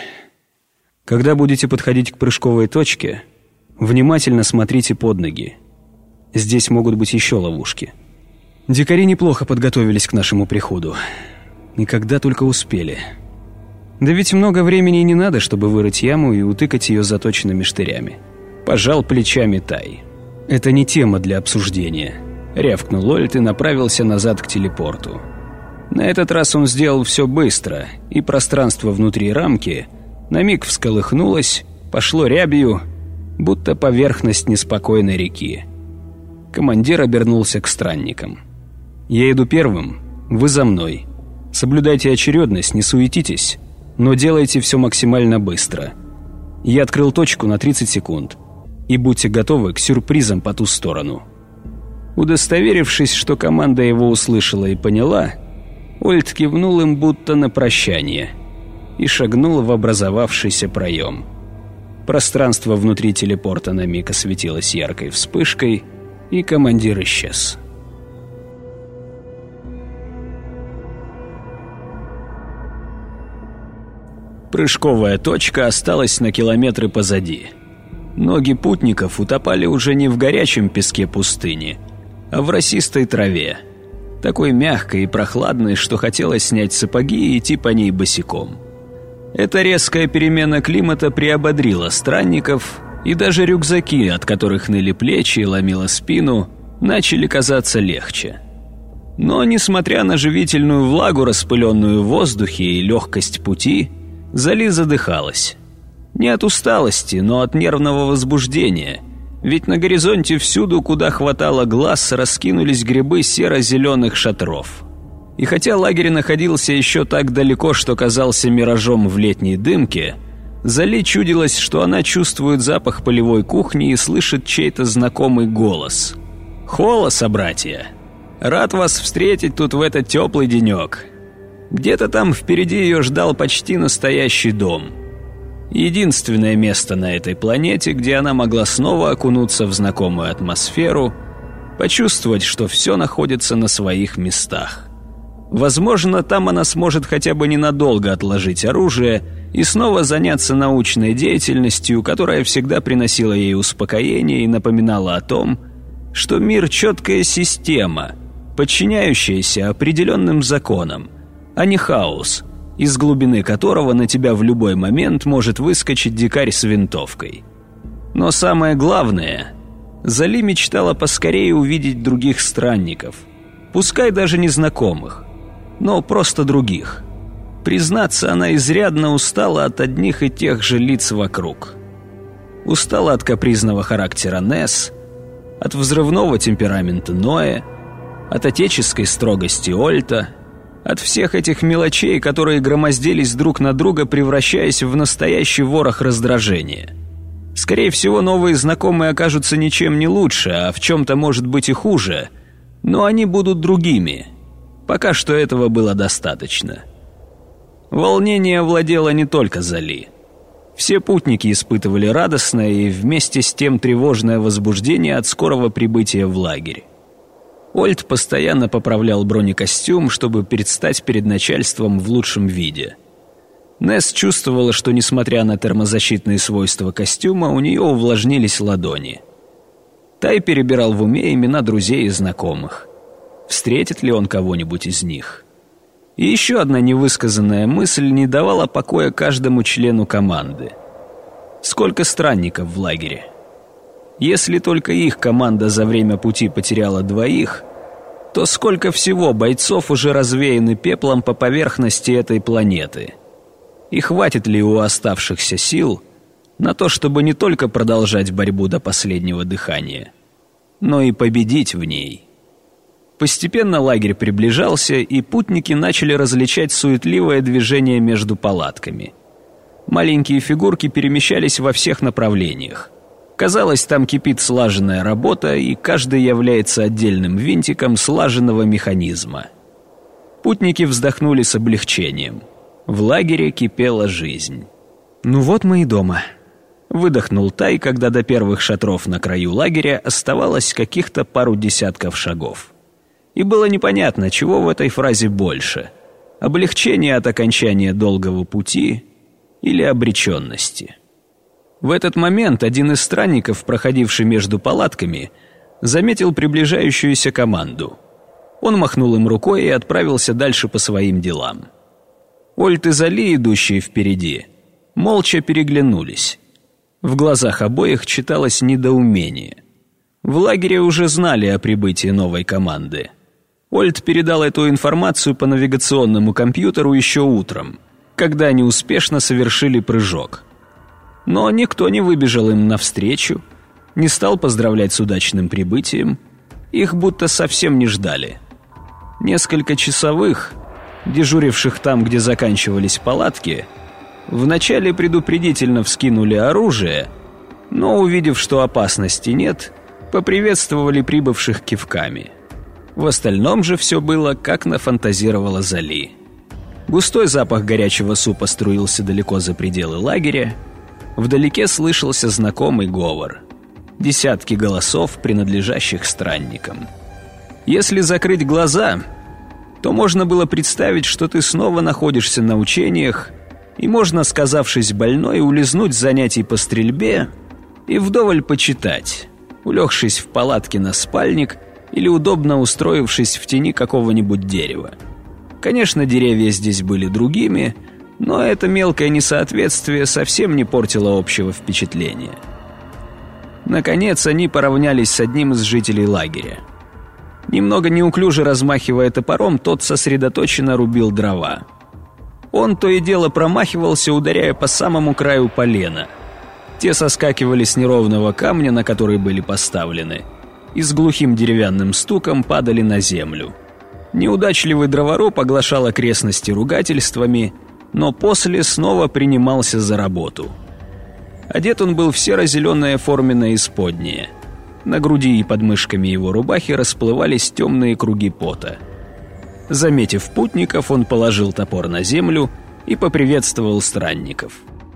Когда будете подходить к прыжковой точке, внимательно смотрите под ноги. Здесь могут быть еще ловушки. Дикари неплохо подготовились к нашему приходу. И когда только успели. Да ведь много времени не надо, чтобы вырыть яму и утыкать ее заточенными штырями». Пожал плечами Тай. «Это не тема для обсуждения», — рявкнул Ольт и направился назад к телепорту. На этот раз он сделал все быстро, и пространство внутри рамки на миг всколыхнулось, пошло рябью, будто поверхность неспокойной реки. Командир обернулся к странникам. «Я иду первым, вы за мной. Соблюдайте очередность, не суетитесь, но делайте все максимально быстро. Я открыл точку на тридцать секунд. И будьте готовы к сюрпризам по ту сторону». Удостоверившись, что команда его услышала и поняла, Ольд кивнул им будто на прощание и шагнул в образовавшийся проем. Пространство внутри телепорта на миг осветилось яркой вспышкой, и командир исчез. Прыжковая точка осталась на километры позади. Ноги путников утопали уже не в горячем песке пустыни, а в росистой траве, такой мягкой и прохладной, что хотелось снять сапоги и идти по ней босиком. Эта резкая перемена климата приободрила странников, и даже рюкзаки, от которых ныли плечи и ломило спину, начали казаться легче. Но, несмотря на живительную влагу, распыленную в воздухе и легкость пути, Зали задыхалась. Не от усталости, но от нервного возбуждения, ведь на горизонте всюду, куда хватало глаз, раскинулись грибы серо-зеленых шатров. И хотя лагерь находился еще так далеко, что казался миражом в летней дымке, Зали чудилось, что она чувствует запах полевой кухни и слышит чей-то знакомый голос. «Холо, собратья! Рад вас встретить тут в этот теплый денек!» Где-то там впереди ее ждал почти настоящий дом. Единственное место на этой планете, где она могла снова окунуться в знакомую атмосферу, почувствовать, что все находится на своих местах. Возможно, там она сможет хотя бы ненадолго отложить оружие и снова заняться научной деятельностью, которая всегда приносила ей успокоение и напоминала о том, что мир — четкая система, подчиняющаяся определенным законам, а не хаос, из глубины которого на тебя в любой момент может выскочить дикарь с винтовкой. Но самое главное, Зали мечтала поскорее увидеть других странников, пускай даже незнакомых, но просто других. Признаться, она изрядно устала от одних и тех же лиц вокруг. Устала от капризного характера Несс, от взрывного темперамента Ноэ, от отеческой строгости Ольта, от всех этих мелочей, которые громоздились друг на друга, превращаясь в настоящий ворох раздражения. Скорее всего, новые знакомые окажутся ничем не лучше, а в чем-то, может быть, и хуже, но они будут другими. Пока что этого было достаточно. Волнение овладело не только Зали. Все путники испытывали радостное и вместе с тем тревожное возбуждение от скорого прибытия в лагерь. Ольд постоянно поправлял бронекостюм, чтобы предстать перед начальством в лучшем виде. Несс чувствовала, что, несмотря на термозащитные свойства костюма, у нее увлажнились ладони. Тай перебирал в уме имена друзей и знакомых. Встретит ли он кого-нибудь из них? И еще одна невысказанная мысль не давала покоя каждому члену команды. Сколько странников в лагере? Если только их команда за время пути потеряла двоих, то сколько всего бойцов уже развеяны пеплом по поверхности этой планеты? И хватит ли у оставшихся сил на то, чтобы не только продолжать борьбу до последнего дыхания, но и победить в ней? Постепенно лагерь приближался, и путники начали различать суетливое движение между палатками. Маленькие фигурки перемещались во всех направлениях. Казалось, там кипит слаженная работа, и каждый является отдельным винтиком слаженного механизма. Путники вздохнули с облегчением. В лагере кипела жизнь. «Ну вот мы и дома», — выдохнул Тай, когда до первых шатров на краю лагеря оставалось каких-то пару десятков шагов. И было непонятно, чего в этой фразе больше — облегчение от окончания долгого пути или обреченности. В этот момент один из странников, проходивший между палатками, заметил приближающуюся команду. Он махнул им рукой и отправился дальше по своим делам. Ольд и Зали, идущие впереди, молча переглянулись. В глазах обоих читалось недоумение. В лагере уже знали о прибытии новой команды. Ольд передал эту информацию по навигационному компьютеру еще утром, когда они успешно совершили прыжок. Но никто не выбежал им навстречу, не стал поздравлять с удачным прибытием. Их будто совсем не ждали. Несколько часовых, дежуривших там, где заканчивались палатки, вначале предупредительно вскинули оружие, но, увидев, что опасности нет, поприветствовали прибывших кивками. В остальном же все было, как нафантазировала Зали. Густой запах горячего супа струился далеко за пределы лагеря. Вдалеке слышался знакомый говор. Десятки голосов, принадлежащих странникам. Если закрыть глаза, то можно было представить, что ты снова находишься на учениях, и можно, сказавшись больной, улизнуть с занятий по стрельбе и вдоволь почитать, улегшись в палатке на спальник или удобно устроившись в тени какого-нибудь дерева. Конечно, деревья здесь были другими, но это мелкое несоответствие совсем не портило общего впечатления. Наконец, они поравнялись с одним из жителей лагеря. Немного неуклюже размахивая топором, тот сосредоточенно рубил дрова. Он то и дело промахивался, ударяя по самому краю полена. Те соскакивали с неровного камня, на который были поставлены, и с глухим деревянным стуком падали на землю. Неудачливый дроворуб оглашал окрестности ругательствами, но после снова принимался за работу. Одет он был в серо-зеленое форменное исподнее. На груди и под мышками его рубахи расплывались темные круги пота. Заметив путников, он положил топор на землю и поприветствовал странников.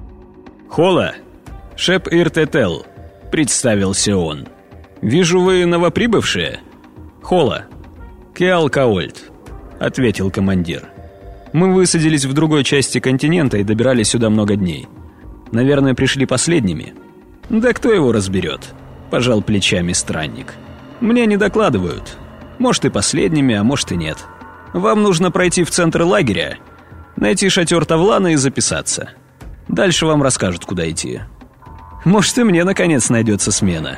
«Хола, Шеп Иртетел», — представился он. «Вижу, вы новоприбывшие?» «Хола, Кеал Каольд», — ответил командир. «Мы высадились в другой части континента и добирались сюда много дней. Наверное, пришли последними». «Да кто его разберет?» — пожал плечами странник. «Мне не докладывают. Может, и последними, а может, и нет. Вам нужно пройти в центр лагеря, найти шатер Тавлана и записаться. Дальше вам расскажут, куда идти. Может, и мне, наконец, найдется смена.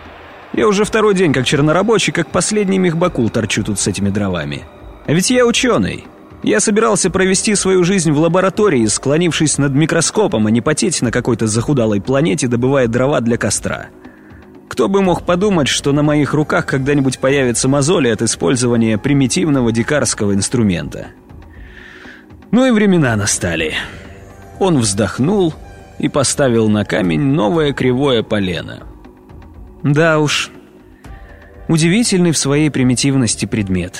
Я уже второй день как чернорабочий, как последний мехбакул торчу тут с этими дровами. А ведь я ученый. Я собирался провести свою жизнь в лаборатории, склонившись над микроскопом, а не потеть на какой-то захудалой планете, добывая дрова для костра. Кто бы мог подумать, что на моих руках когда-нибудь появятся мозоли от использования примитивного дикарского инструмента. Ну и времена настали». Он вздохнул и поставил на камень новое кривое полено. «Да уж, удивительный в своей примитивности предмет»,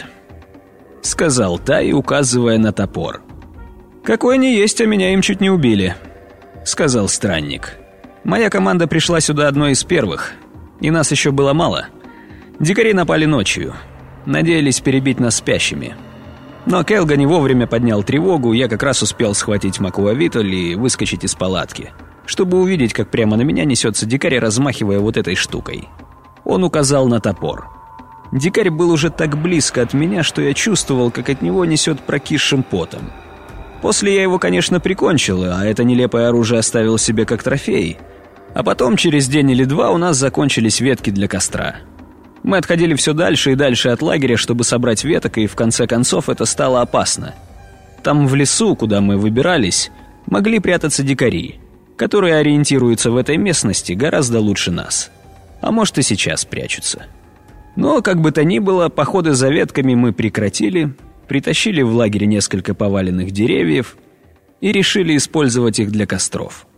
— сказал Тай, указывая на топор. «Какой ни есть, а меня им чуть не убили», — сказал странник. «Моя команда пришла сюда одной из первых, и нас еще было мало. Дикари напали ночью, надеялись перебить нас спящими. Но Келга не вовремя поднял тревогу, я как раз успел схватить Макуавитоль и выскочить из палатки, чтобы увидеть, как прямо на меня несется дикарь, размахивая вот этой штукой». Он указал на топор. Дикарь был уже так близко от меня, что я чувствовал, как от него несет прокисшим потом. После я его, конечно, прикончил, а это нелепое оружие оставил себе как трофей. А потом, через день или два, у нас закончились ветки для костра. Мы отходили все дальше и дальше от лагеря, чтобы собрать веток, и в конце концов это стало опасно. Там в лесу, куда мы выбирались, могли прятаться дикари, которые ориентируются в этой местности гораздо лучше нас. А может, и сейчас прячутся. Но, как бы то ни было, походы за ветками мы прекратили, притащили в лагерь несколько поваленных деревьев и решили использовать их для костров.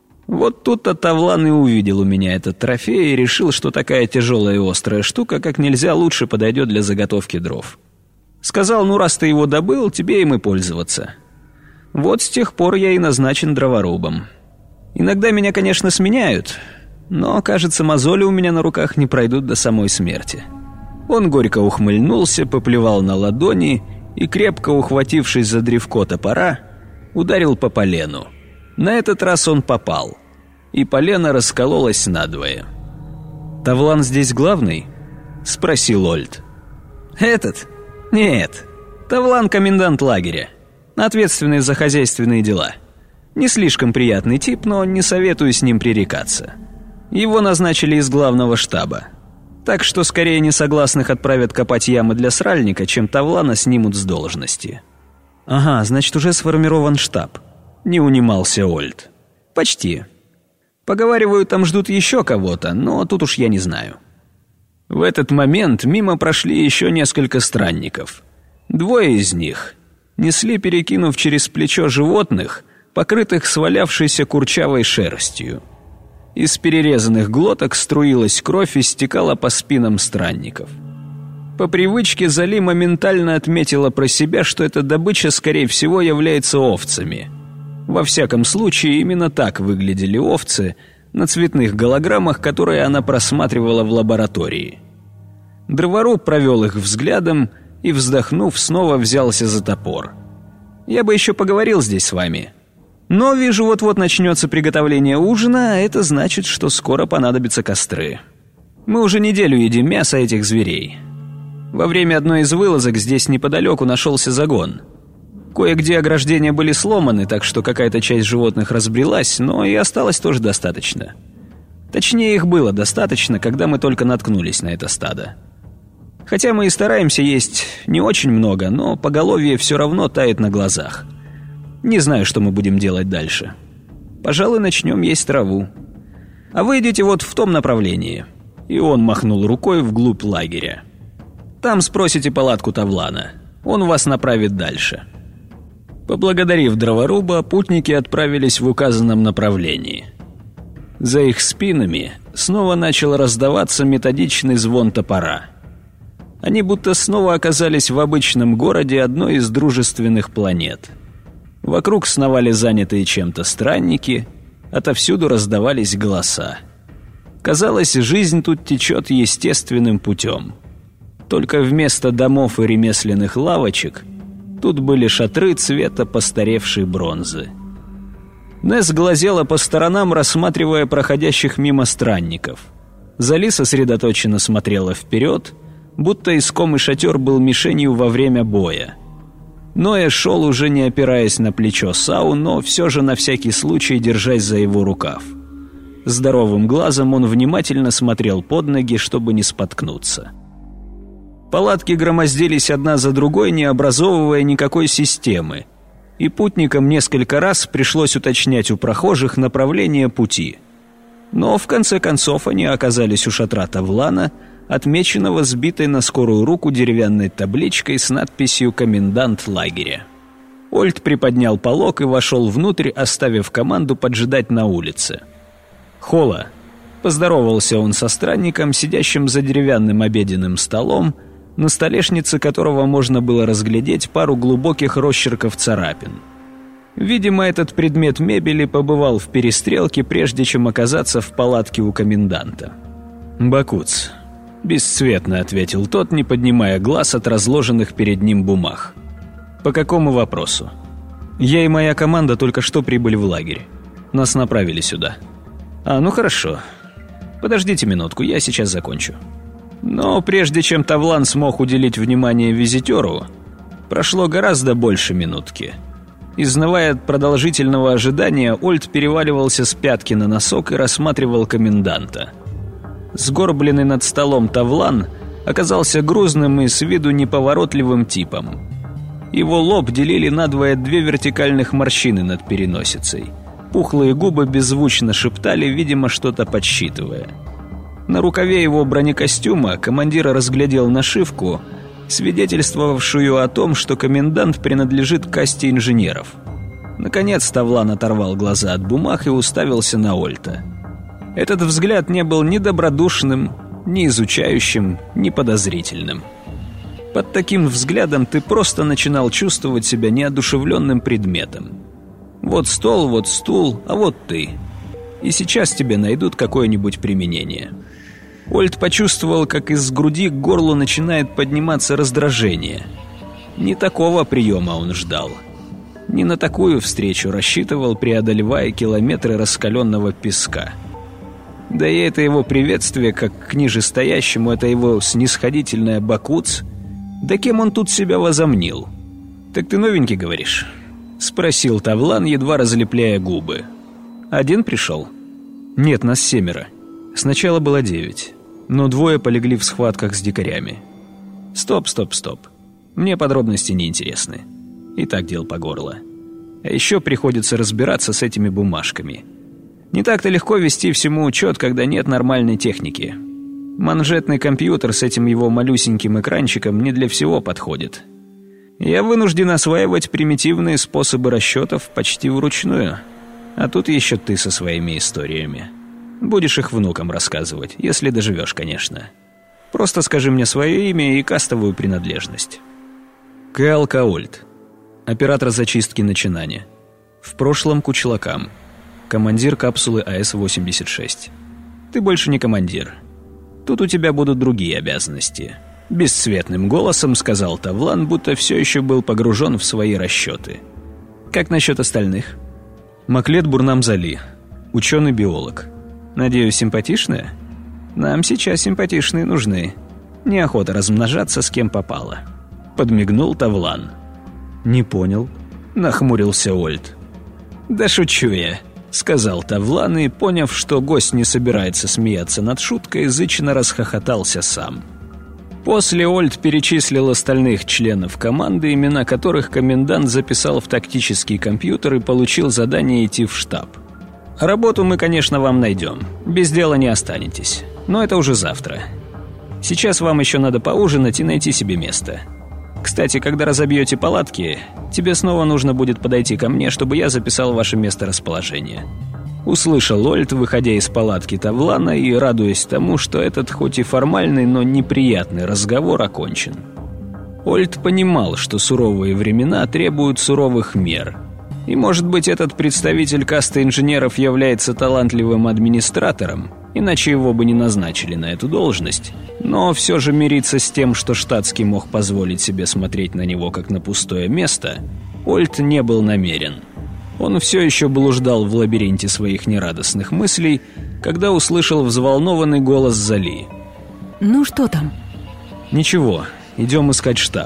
Вот тут-то Тавлан и увидел у меня этот трофей и решил, что такая тяжелая и острая штука как нельзя лучше подойдет для заготовки дров. Сказал: ну раз ты его добыл, тебе им и пользоваться. Вот с тех пор я и назначен дроворубом. Иногда меня, конечно, сменяют, но, кажется, мозоли у меня на руках не пройдут до самой смерти. Он горько ухмыльнулся, поплевал на ладони и, крепко ухватившись за древко топора, ударил по полену. На этот раз он попал, и полено раскололось надвое. «Тавлан здесь главный?» — спросил Ольд. «Этот? Нет. Тавлан — комендант лагеря, ответственный за хозяйственные дела. Не слишком приятный тип, но не советую с ним пререкаться. Его назначили из главного штаба. Так что скорее несогласных отправят копать ямы для сральника, чем Тавлана снимут с должности». «Ага, значит, уже сформирован штаб», — не унимался Ольд. «Почти. Поговаривают, там ждут еще кого-то, но тут уж я не знаю». В этот момент мимо прошли еще несколько странников. Двое из них несли, перекинув через плечо животных, покрытых свалявшейся курчавой шерстью. Из перерезанных глоток струилась кровь и стекала по спинам странников. По привычке Зали моментально отметила про себя, что эта добыча, скорее всего, является овцами. Во всяком случае, именно так выглядели овцы на цветных голограммах, которые она просматривала в лаборатории. Дроворуб провел их взглядом и, вздохнув, снова взялся за топор. «Я бы еще поговорил здесь с вами. Но вижу, вот-вот начнется приготовление ужина, а это значит, что скоро понадобятся костры. Мы уже неделю едим мясо этих зверей. Во время одной из вылазок здесь неподалеку нашелся загон. Кое-где ограждения были сломаны, так что какая-то часть животных разбрелась, но и осталось тоже достаточно. Точнее, их было достаточно, когда мы только наткнулись на это стадо. Хотя мы и стараемся есть не очень много, но поголовье все равно тает на глазах. Не знаю, что мы будем делать дальше. Пожалуй, начнем есть траву. А вы идите вот в том направлении». И он махнул рукой вглубь лагеря. «Там спросите палатку Тавлана. Он вас направит дальше». Поблагодарив дроворуба, путники отправились в указанном направлении. За их спинами снова начал раздаваться методичный звон топора. Они будто снова оказались в обычном городе одной из дружественных планет. Вокруг сновали занятые чем-то странники, отовсюду раздавались голоса. Казалось, жизнь тут течет естественным путем. Только вместо домов и ремесленных лавочек тут были шатры цвета постаревшей бронзы. Несс глазела по сторонам, рассматривая проходящих мимо странников. Зали сосредоточенно смотрела вперед, будто искомый шатер был мишенью во время боя. Ноя шел, уже не опираясь на плечо Сау, но все же на всякий случай держась за его рукав. Здоровым глазом он внимательно смотрел под ноги, чтобы не споткнуться. Палатки громоздились одна за другой, не образовывая никакой системы, и путникам несколько раз пришлось уточнять у прохожих направление пути. Но в конце концов они оказались у шатра Тавлана, отмеченного сбитой на скорую руку деревянной табличкой с надписью «Комендант лагеря». Ольд приподнял полог и вошел внутрь, оставив команду поджидать на улице. «Хола», — поздоровался он со странником, сидящим за деревянным обеденным столом, на столешнице которого можно было разглядеть пару глубоких росчерков царапин. Видимо, этот предмет мебели побывал в перестрелке, прежде чем оказаться в палатке у коменданта. «Бакуц», — бесцветно ответил тот, не поднимая глаз от разложенных перед ним бумаг. «По какому вопросу?» «Я и моя команда только что прибыли в лагерь. Нас направили сюда». «А, ну хорошо. Подождите минутку, я сейчас закончу». Но прежде чем Тавлан смог уделить внимание визитеру, прошло гораздо больше минутки. Изнывая от продолжительного ожидания, Ольд переваливался с пятки на носок и рассматривал коменданта. Сгорбленный над столом Тавлан оказался грузным и с виду неповоротливым типом. Его лоб делили надвое две вертикальных морщины над переносицей. Пухлые губы беззвучно шептали, видимо, что-то подсчитывая. На рукаве его бронекостюма командир разглядел нашивку, свидетельствовавшую о том, что комендант принадлежит касте инженеров. Наконец Тавлан оторвал глаза от бумаг и уставился на Ольта. Этот взгляд не был ни добродушным, ни изучающим, ни подозрительным. Под таким взглядом ты просто начинал чувствовать себя неодушевленным предметом. Вот стол, вот стул, а вот ты. И сейчас тебе найдут какое-нибудь применение. Ольд почувствовал, как из груди к горлу начинает подниматься раздражение. Не такого приема он ждал. Не на такую встречу рассчитывал, преодолевая километры раскаленного песка. Да и это его приветствие, как к нижестоящему, это его снисходительное «бакуц». Да кем он тут себя возомнил? «Так ты новенький, говоришь?» — спросил Тавлан, едва разлепляя губы. «Один пришел?» «Нет, нас семеро. Сначала было девять, но двое полегли в схватках с дикарями». «Стоп, стоп, стоп. Мне подробности не интересны. И так дел по горло. А еще приходится разбираться с этими бумажками. Не так-то легко вести всему учет, когда нет нормальной техники. Манжетный компьютер с этим его малюсеньким экранчиком не для всего подходит. Я вынужден осваивать примитивные способы расчетов почти вручную. А тут еще ты со своими историями. Будешь их внукам рассказывать, если доживешь, конечно». Просто скажи мне свое имя и кастовую принадлежность. Кэл Каольт. Оператор зачистки начинания. В прошлом Кучлакам. Командир капсулы А Эс восемьдесят шесть. Ты больше не командир. Тут у тебя будут другие обязанности. Бесцветным голосом сказал Тавлан, будто все еще был погружен в свои расчеты. Как насчет остальных? Маклет Бурнамзали. Ученый-биолог. Надеюсь, симпатичная? Нам сейчас симпатичные нужны. Неохота размножаться с кем попало. Подмигнул Тавлан. Не понял. Нахмурился Ольд. Да шучу я, сказал Тавлан и, поняв, что гость не собирается смеяться над шуткой, язычно расхохотался сам. После Ольд перечислил остальных членов команды, имена которых комендант записал в тактический компьютер и получил задание идти в штаб. Работу мы, конечно, вам найдем. Без дела не останетесь. Но это уже завтра. Сейчас вам еще надо поужинать и найти себе место. Кстати, когда разобьете палатки, тебе снова нужно будет подойти ко мне, чтобы я записал ваше месторасположение. Услышал Ольд, выходя из палатки Тавлана и радуясь тому, что этот хоть и формальный, но неприятный разговор окончен. Ольд понимал, что суровые времена требуют суровых мер. И, может быть, этот представитель касты инженеров является талантливым администратором, иначе его бы не назначили на эту должность. Но все же мириться с тем, что штатский мог позволить себе смотреть на него как на пустое место, Ольд не был намерен. Он все еще блуждал в лабиринте своих нерадостных мыслей, когда услышал взволнованный голос Зали. Ну что там? Ничего, идем искать штаб.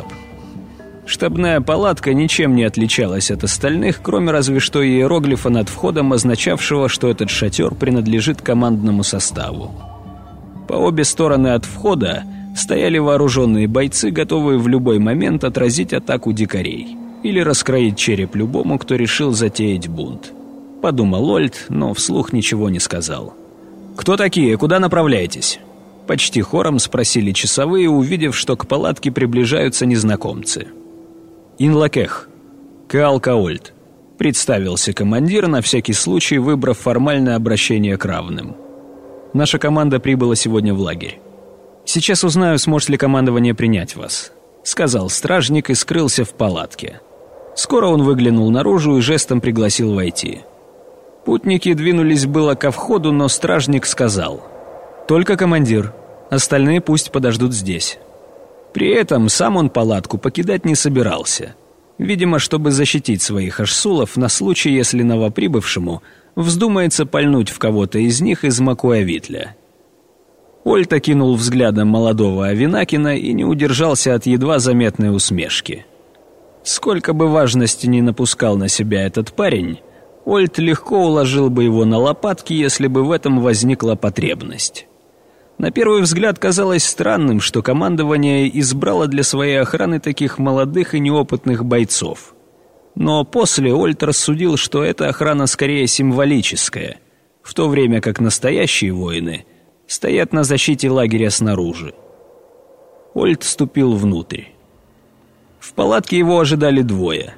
Штабная палатка ничем не отличалась от остальных, кроме разве что иероглифа над входом, означавшего, что этот шатер принадлежит командному составу. По обе стороны от входа стояли вооруженные бойцы, готовые в любой момент отразить атаку дикарей или раскроить череп любому, кто решил затеять бунт. Подумал Ольд, но вслух ничего не сказал. «Кто такие? Куда направляетесь?» Почти хором спросили часовые, увидев, что к палатке приближаются незнакомцы. «Инлакех, Каал Каольт», — представился командир, на всякий случай выбрав формальное обращение к равным. «Наша команда прибыла сегодня в лагерь. Сейчас узнаю, сможет ли командование принять вас», — сказал стражник и скрылся в палатке. Скоро он выглянул наружу и жестом пригласил войти. Путники двинулись было ко входу, но стражник сказал: «Только командир, остальные пусть подождут здесь». При этом сам он палатку покидать не собирался. Видимо, чтобы защитить своих ашсулов на случай, если новоприбывшему вздумается пальнуть в кого-то из них из Макуавитля. Ольд окинул взглядом молодого Авинакина и не удержался от едва заметной усмешки. Сколько бы важности ни напускал на себя этот парень, Ольд легко уложил бы его на лопатки, если бы в этом возникла потребность. На первый взгляд казалось странным, что командование избрало для своей охраны таких молодых и неопытных бойцов. Но после Ольд рассудил, что эта охрана скорее символическая, в то время как настоящие воины стоят на защите лагеря снаружи. Ольд вступил внутрь. В палатке его ожидали двое.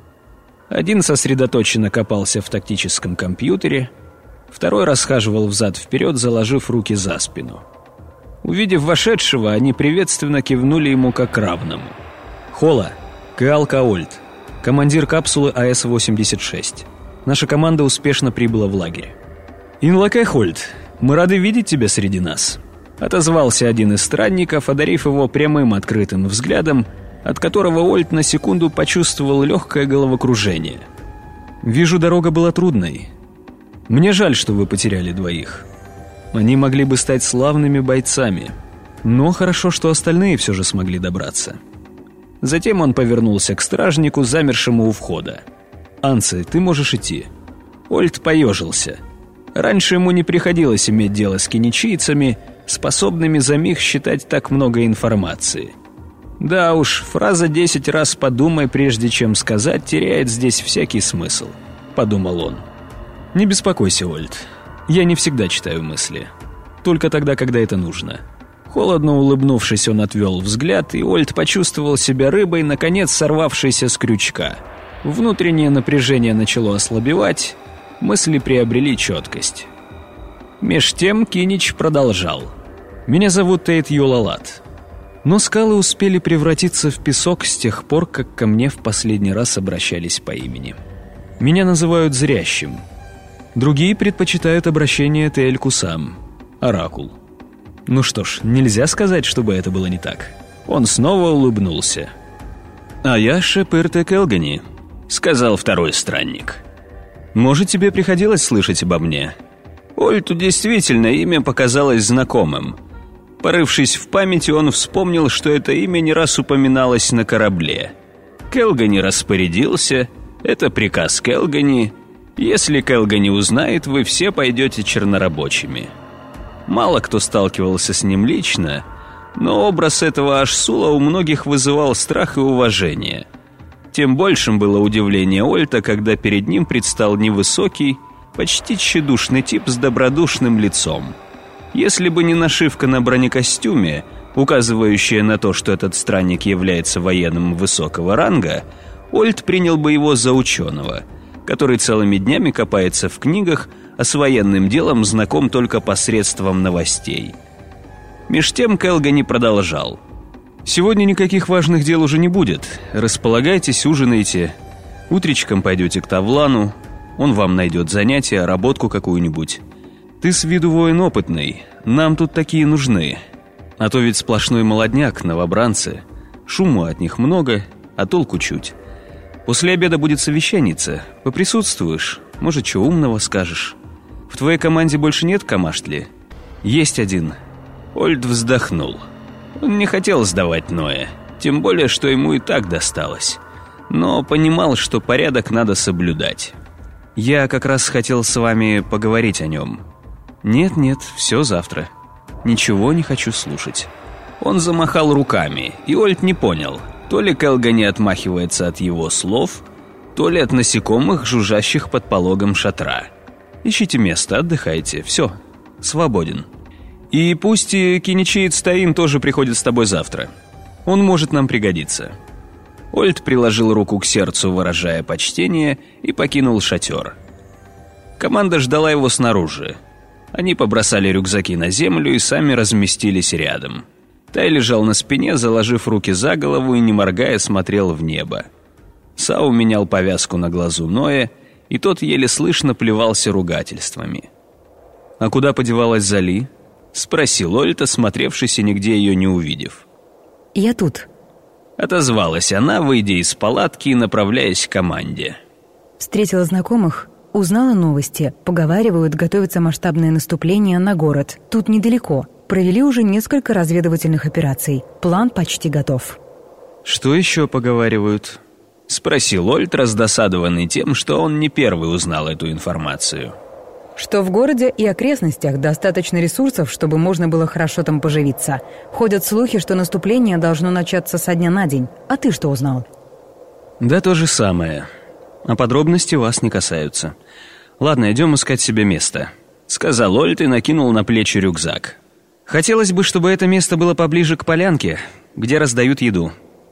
Один сосредоточенно копался в тактическом компьютере, второй расхаживал взад-вперед, заложив руки за спину. Увидев вошедшего, они приветственно кивнули ему как равному. «Хола, Каал Каольт, командир капсулы А Эс восемьдесят шесть. Наша команда успешно прибыла в лагерь». «Инлакай Хольд, мы рады видеть тебя среди нас», — отозвался один из странников, одарив его прямым открытым взглядом, от которого Ольд на секунду почувствовал легкое головокружение. «Вижу, дорога была трудной. Мне жаль, что вы потеряли двоих. Они могли бы стать славными бойцами, но хорошо, что остальные все же смогли добраться». Затем он повернулся к стражнику, замершему у входа. «Анце, ты можешь идти». Ольд поежился. Раньше ему не приходилось иметь дело с киничийцами, способными за миг считать так много информации. Да уж, фраза «десять раз подумай, прежде чем сказать» теряет здесь всякий смысл, подумал он. «Не беспокойся, Ольд. Я не всегда читаю мысли. Только тогда, когда это нужно». Холодно улыбнувшись, он отвел взгляд, и Ольд почувствовал себя рыбой, наконец сорвавшейся с крючка. Внутреннее напряжение начало ослабевать, мысли приобрели четкость. Меж тем Кинич продолжал. Меня зовут Тейт Юлалат. Но скалы успели превратиться в песок с тех пор, как ко мне в последний раз обращались по имени. Меня называют Зрящим. Другие предпочитают обращение Теэль-Кусам, Оракул. Ну что ж, нельзя сказать, чтобы это было не так. Он снова улыбнулся. «А я Шепыр Текэлгани», — сказал второй странник. «Может, тебе приходилось слышать обо мне?» Ольту действительно имя показалось знакомым. Порывшись в памяти, он вспомнил, что это имя не раз упоминалось на корабле. Келгани распорядился, это приказ Келгани. Если Келгани узнает, вы все пойдете чернорабочими. Мало кто сталкивался с ним лично, но образ этого Ашсула у многих вызывал страх и уважение. Тем большим было удивление Ольта, когда перед ним предстал невысокий, почти тщедушный тип с добродушным лицом. Если бы не нашивка на бронекостюме, указывающая на то, что этот странник является военным высокого ранга, Ольт принял бы его за ученого, который целыми днями копается в книгах, а с военным делом знаком только посредством новостей. Меж тем Келгани продолжал. «Сегодня никаких важных дел уже не будет. Располагайтесь, ужинайте. Утречком пойдете к Тавлану. Он вам найдет занятие, работку какую-нибудь. Ты с виду воин опытный, нам тут такие нужны. А то ведь сплошной молодняк, новобранцы. Шуму от них много, а толку чуть. После обеда будет совещаница. Поприсутствуешь, может, что умного скажешь. В твоей команде больше нет камаштли? Есть один». Ольт вздохнул. Он не хотел сдавать Ноя, тем более, что ему и так досталось. Но понимал, что порядок надо соблюдать. «Я как раз хотел с вами поговорить о нем». «Нет-нет, все завтра. Ничего не хочу слушать». Он замахал руками, и Ольт не понял, то ли Келгани отмахивается от его слов, то ли от насекомых, жужжащих под пологом шатра. «Ищите место, отдыхайте, все, свободен. И пусть и Киничиит Стаин тоже приходит с тобой завтра. Он может нам пригодиться». Ольт приложил руку к сердцу, выражая почтение, и покинул шатер. Команда ждала его снаружи. Они побросали рюкзаки на землю и сами разместились рядом. Тай лежал на спине, заложив руки за голову и, не моргая, смотрел в небо. Сау менял повязку на глазу Ноя, и тот еле слышно плевался ругательствами. «А куда подевалась Зали?» — спросил Ольт, осмотревшись и нигде ее не увидев. «Я тут», — отозвалась она, выйдя из палатки и направляясь к команде. «Встретила знакомых, узнала новости. Поговаривают, готовится масштабное наступление на город. Тут недалеко. Провели уже несколько разведывательных операций. План почти готов». «Что еще поговаривают?» — спросил Ольт, раздосадованный тем, что он не первый узнал эту информацию. «Что в городе и окрестностях достаточно ресурсов, чтобы можно было хорошо там поживиться. Ходят слухи, что наступление должно начаться со дня на день. А ты что узнал?» «Да то же самое. А подробности вас не касаются. Ладно, идем искать себе место», — сказал Ольт и накинул на плечи рюкзак. «Хотелось бы, чтобы это место было поближе к полянке, где раздают еду.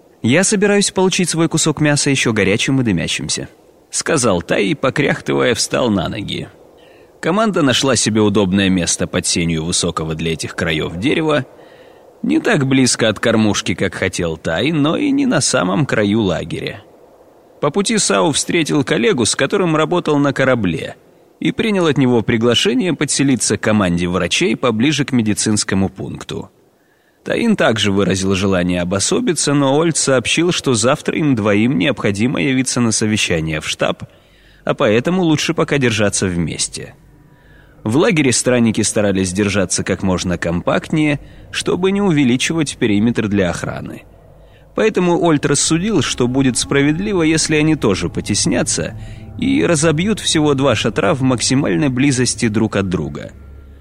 Я собираюсь получить свой кусок мяса еще горячим и дымящимся», — сказал Тай и, покряхтывая, встал на ноги. Команда нашла себе удобное место под сенью высокого для этих краев дерева, не так близко от кормушки, как хотел Тай, но и не на самом краю лагеря. По пути Сау встретил коллегу, с которым работал на корабле, и принял от него приглашение подселиться к команде врачей поближе к медицинскому пункту. Таин также выразил желание обособиться, но Ольт сообщил, что завтра им двоим необходимо явиться на совещание в штаб, а поэтому лучше пока держаться вместе. В лагере странники старались держаться как можно компактнее, чтобы не увеличивать периметр для охраны. Поэтому Ольт рассудил, что будет справедливо, если они тоже потеснятся и разобьют всего два шатра в максимальной близости друг от друга.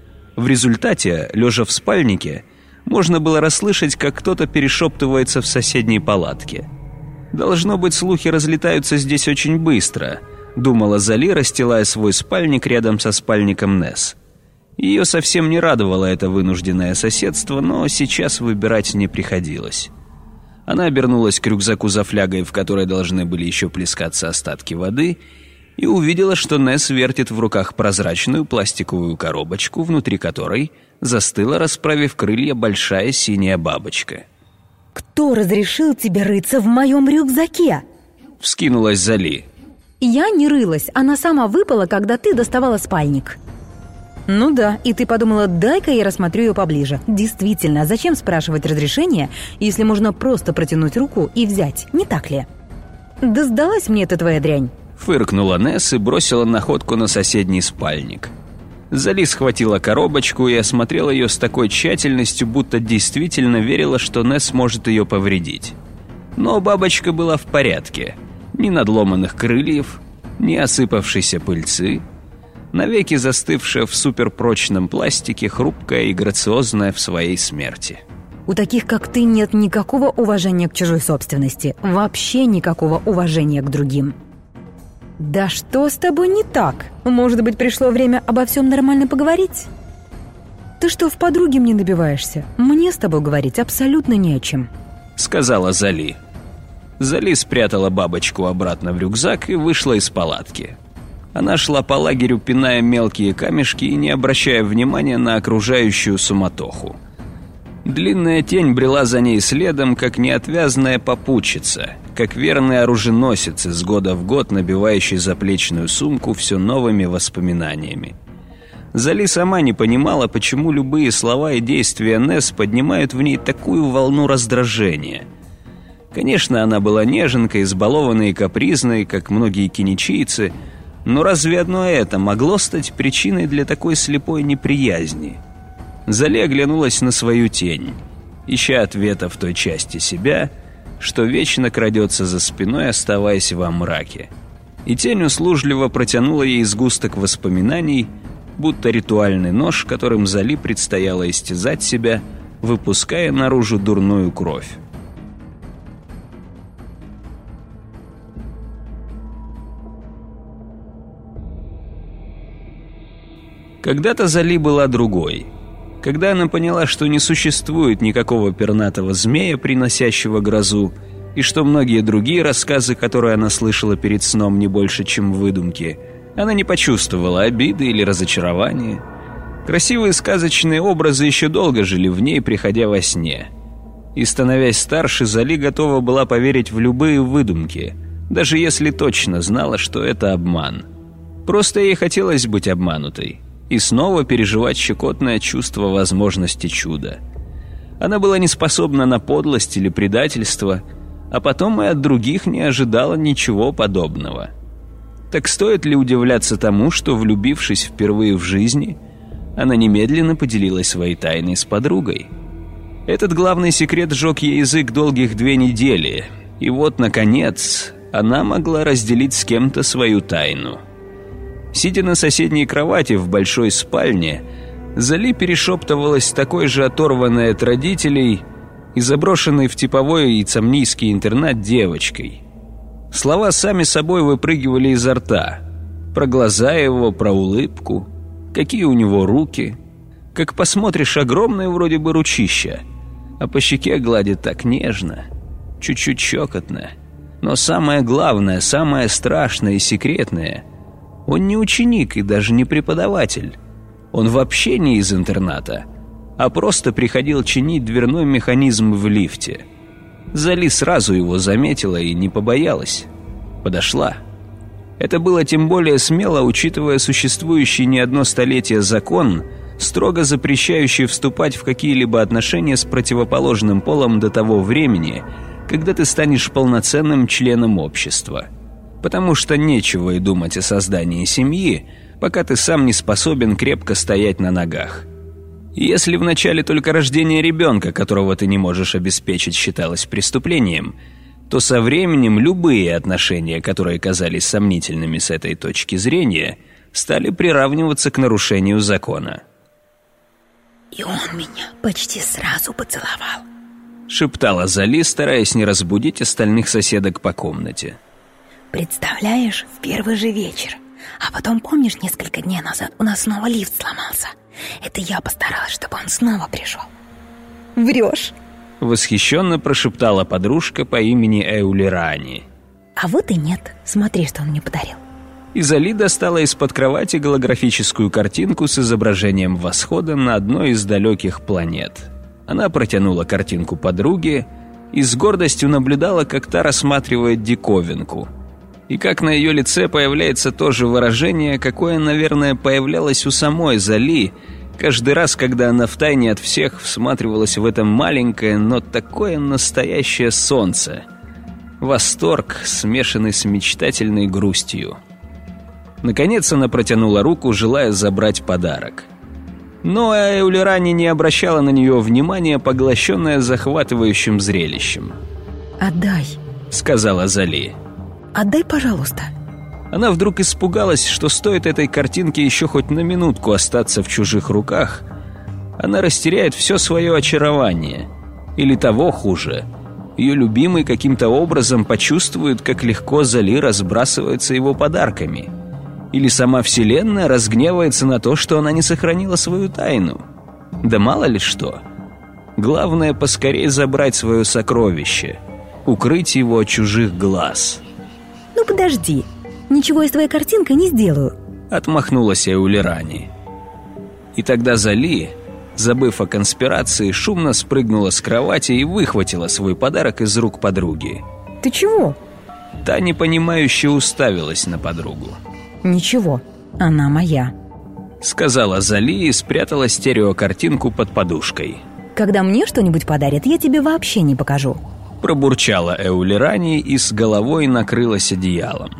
В результате, лежа в спальнике, можно было расслышать, как кто-то перешептывается в соседней палатке. «Должно быть, слухи разлетаются здесь очень быстро», — думала Зали, расстилая свой спальник рядом со спальником Несс. Ее совсем не радовало это вынужденное соседство, но сейчас выбирать не приходилось. Она обернулась к рюкзаку за флягой, в которой должны были еще плескаться остатки воды, и увидела, что Несс вертит в руках прозрачную пластиковую коробочку, внутри которой застыла, расправив крылья, большая синяя бабочка. «Кто разрешил тебе рыться в моем рюкзаке?» — вскинулась Зали. «Я не рылась, она сама выпала, когда ты доставала спальник». «Ну да, и ты подумала, дай-ка я рассмотрю ее поближе. Действительно, зачем спрашивать разрешение, если можно просто протянуть руку и взять, не так ли?» «Да сдалась мне эта твоя дрянь!» Фыркнула Несс и бросила находку на соседний спальник. Зали схватила коробочку и осмотрела ее с такой тщательностью, будто действительно верила, что Несс может ее повредить. Но бабочка была в порядке. Ни надломанных крыльев, ни осыпавшейся пыльцы. Навеки застывшая в суперпрочном пластике, хрупкая и грациозная в своей смерти. «У таких, как ты, нет никакого уважения к чужой собственности. Вообще никакого уважения к другим». «Да что с тобой не так? Может быть, пришло время обо всем нормально поговорить?» «Ты что, в подруге мне набиваешься? Мне с тобой говорить абсолютно не о чем», — сказала Зали. Зали спрятала бабочку обратно в рюкзак и вышла из палатки. Она шла по лагерю, пиная мелкие камешки и не обращая внимания на окружающую суматоху. Длинная тень брела за ней следом, как неотвязная попутчица, как верный оруженосец из года в год, набивающий заплечную сумку все новыми воспоминаниями. Зали сама не понимала, почему любые слова и действия Несс поднимают в ней такую волну раздражения. Конечно, она была неженкой, избалованной и капризной, как многие киничийцы, но разве одно это могло стать причиной для такой слепой неприязни? Зали оглянулась на свою тень, ища ответа в той части себя, что вечно крадется за спиной, оставаясь во мраке. И тень услужливо протянула ей сгусток воспоминаний, будто ритуальный нож, которым Зали предстояло истязать себя, выпуская наружу дурную кровь. Когда-то Зали была другой. Когда она поняла, что не существует никакого пернатого змея, приносящего грозу, и что многие другие рассказы, которые она слышала перед сном, не больше, чем выдумки, она не почувствовала обиды или разочарования. Красивые сказочные образы еще долго жили в ней, приходя во сне. И, становясь старше, Зали готова была поверить в любые выдумки, даже если точно знала, что это обман. Просто ей хотелось быть обманутой и снова переживать щекотное чувство возможности чуда. Она была не способна на подлость или предательство, а потом и от других не ожидала ничего подобного. Так стоит ли удивляться тому, что, влюбившись впервые в жизни, она немедленно поделилась своей тайной с подругой? Этот главный секрет сжег ей язык долгих две недели, и вот, наконец, она могла разделить с кем-то свою тайну. Сидя на соседней кровати в большой спальне, Зали перешептывалась с такой же оторванной от родителей и заброшенной в типовой яйцамнийский интернат девочкой. Слова сами собой выпрыгивали изо рта. Про глаза его, про улыбку, какие у него руки. Как посмотришь, огромное вроде бы ручища, а по щеке гладит так нежно, чуть-чуть щекотно. Но самое главное, самое страшное и секретное — он не ученик и даже не преподаватель. Он вообще не из интерната, а просто приходил чинить дверной механизм в лифте. Зали сразу его заметила и не побоялась. Подошла. Это было тем более смело, учитывая существующий не одно столетие закон, строго запрещающий вступать в какие-либо отношения с противоположным полом до того времени, когда ты станешь полноценным членом общества. Потому что нечего и думать о создании семьи, пока ты сам не способен крепко стоять на ногах. Если вначале только рождение ребенка, которого ты не можешь обеспечить, считалось преступлением, то со временем любые отношения, которые казались сомнительными с этой точки зрения, стали приравниваться к нарушению закона. «И он меня почти сразу поцеловал», — шептала Зали, стараясь не разбудить остальных соседок по комнате. «Представляешь, в первый же вечер. А потом, помнишь, несколько дней назад у нас снова лифт сломался? Это я постаралась, чтобы он снова пришел». «Врешь?» — восхищенно прошептала подружка по имени Эулирани. «А вот и нет. Смотри, что он мне подарил». И Зали достала из-под кровати голографическую картинку с изображением восхода на одной из далеких планет. Она протянула картинку подруге и с гордостью наблюдала, как та рассматривает диковинку. И как на ее лице появляется то же выражение, какое, наверное, появлялось у самой Зали каждый раз, когда она втайне от всех всматривалась в это маленькое, но такое настоящее солнце. Восторг, смешанный с мечтательной грустью. Наконец она протянула руку, желая забрать подарок. Но Эулерани не обращала на нее внимания, поглощенная захватывающим зрелищем. «Отдай», — сказала Зали. «Отдай, пожалуйста». Она вдруг испугалась, что стоит этой картинке еще хоть на минутку остаться в чужих руках, она растеряет все свое очарование. Или того хуже, ее любимый каким-то образом почувствует, как легко Зали разбрасывается его подарками. Или сама Вселенная разгневается на то, что она не сохранила свою тайну. Да мало ли что. Главное поскорее забрать свое сокровище, укрыть его от чужих глаз. «Ну подожди, ничего я с твоей картинкой не сделаю», — отмахнулась Эулерани. И тогда Зали, забыв о конспирации, шумно спрыгнула с кровати и выхватила свой подарок из рук подруги. «Ты чего?» Та непонимающе уставилась на подругу. «Ничего, она моя», — сказала Зали и спрятала стереокартинку под подушкой. «Когда мне что-нибудь подарят, я тебе вообще не покажу», — пробурчала Эулерани и с головой накрылась одеялом.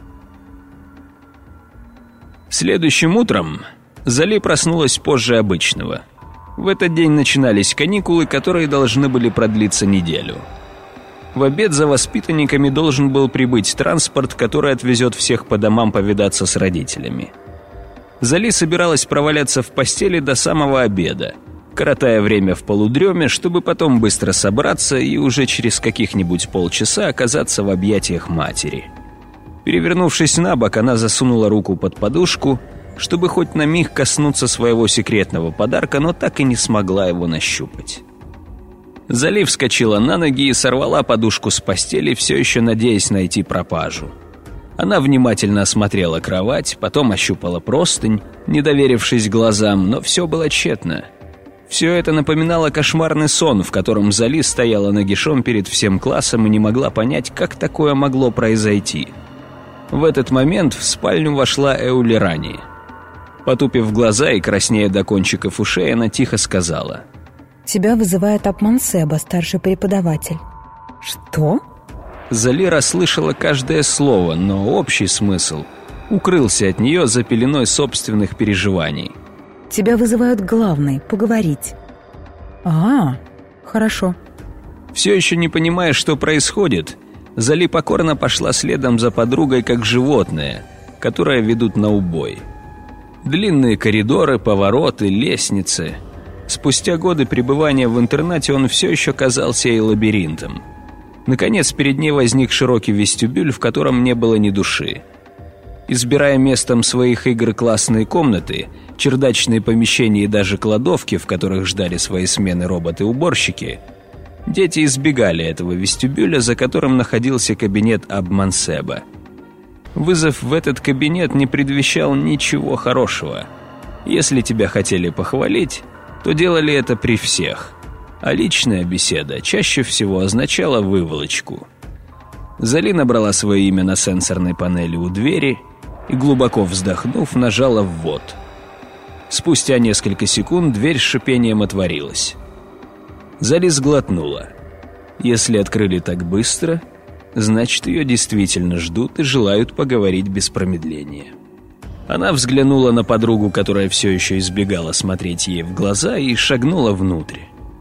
Следующим утром Зали проснулась позже обычного. В этот день начинались каникулы, которые должны были продлиться неделю. В обед за воспитанниками должен был прибыть транспорт, который отвезет всех по домам повидаться с родителями. Зали собиралась проваляться в постели до самого обеда, коротая время в полудреме, чтобы потом быстро собраться и уже через каких-нибудь полчаса оказаться в объятиях матери. Перевернувшись на бок, она засунула руку под подушку, чтобы хоть на миг коснуться своего секретного подарка, но так и не смогла его нащупать. Зали вскочила на ноги и сорвала подушку с постели, все еще надеясь найти пропажу. Она внимательно осмотрела кровать, потом ощупала простынь, не доверившись глазам, но все было тщетно. Все это напоминало кошмарный сон, в котором Зали стояла нагишом перед всем классом и не могла понять, как такое могло произойти. В этот момент в спальню вошла Эулерани. Потупив глаза и краснея до кончиков ушей, она тихо сказала: «Тебя вызывает Апмансеба, старший преподаватель». «Что?» Зали расслышала каждое слово, но общий смысл укрылся от нее за пеленой собственных переживаний. «Тебя вызывают главный, поговорить». «А, хорошо». Все еще не понимая, что происходит, Зали покорно пошла следом за подругой, как животное, которое ведут на убой. Длинные коридоры, повороты, лестницы. Спустя годы пребывания в интернате он все еще казался ей лабиринтом. Наконец, перед ней возник широкий вестибюль, в котором не было ни души. Избирая местом своих игр классные комнаты, чердачные помещения и даже кладовки, в которых ждали свои смены роботы-уборщики, дети избегали этого вестибюля, за которым находился кабинет Апмансеба. Вызов в этот кабинет не предвещал ничего хорошего. Если тебя хотели похвалить, то делали это при всех, а личная беседа чаще всего означала выволочку. Зали набрала свое имя на сенсорной панели у двери и, глубоко вздохнув, нажала «ввод». Спустя несколько секунд дверь с шипением отворилась. Зали сглотнула. Если открыли так быстро, значит, ее действительно ждут и желают поговорить без промедления. Она взглянула на подругу, которая все еще избегала смотреть ей в глаза, и шагнула внутрь.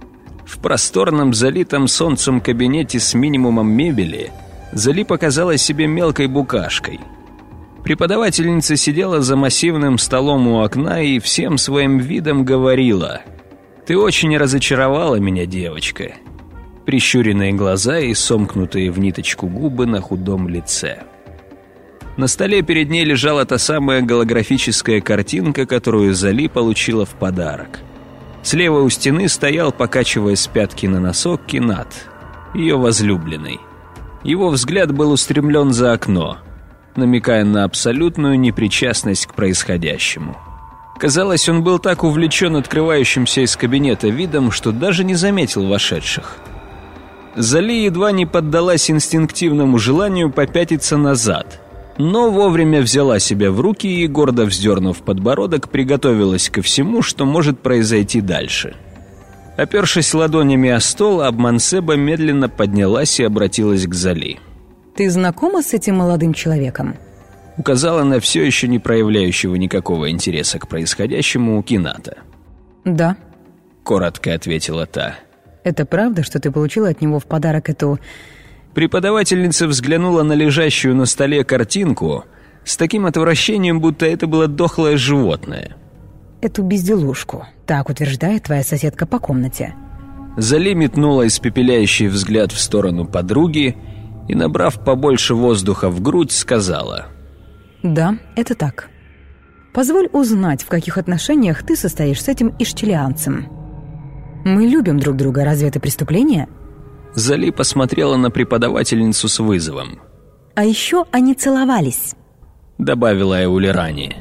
В просторном, залитом солнцем кабинете с минимумом мебели Зали показала себе мелкой букашкой. Преподавательница сидела за массивным столом у окна и всем своим видом говорила: «Ты очень разочаровала меня, девочка». Прищуренные глаза и сомкнутые в ниточку губы на худом лице. На столе перед ней лежала та самая голографическая картинка, которую Зали получила в подарок. Слева у стены стоял, покачиваясь с пятки на носок, Кинат, ее возлюбленный. Его взгляд был устремлен за окно. намекая на абсолютную непричастность к происходящему. Казалось, он был так увлечен открывающимся из кабинета видом, что даже не заметил вошедших. Зали едва не поддалась инстинктивному желанию попятиться назад, но вовремя взяла себя в руки и, гордо вздернув подбородок, приготовилась ко всему, что может произойти дальше. Опершись ладонями о стол, Абмансеба медленно поднялась и обратилась к Зали. «Ты знакома с этим молодым человеком?» Указала на все еще не проявляющего никакого интереса к происходящему Кината. «Да», — коротко ответила та. «Это правда, что ты получила от него в подарок эту...» Преподавательница взглянула на лежащую на столе картинку с таким отвращением, будто это было дохлое животное. «Эту безделушку», так утверждает твоя соседка по комнате. Зали метнула испепеляющий взгляд в сторону подруги и, набрав побольше воздуха в грудь, сказала: «Да, это так. Позволь узнать, в каких отношениях ты состоишь с этим иштелианцем. Мы любим друг друга, разве это преступление?» Зали посмотрела на преподавательницу с вызовом. «А еще они целовались», — добавила Эулерани.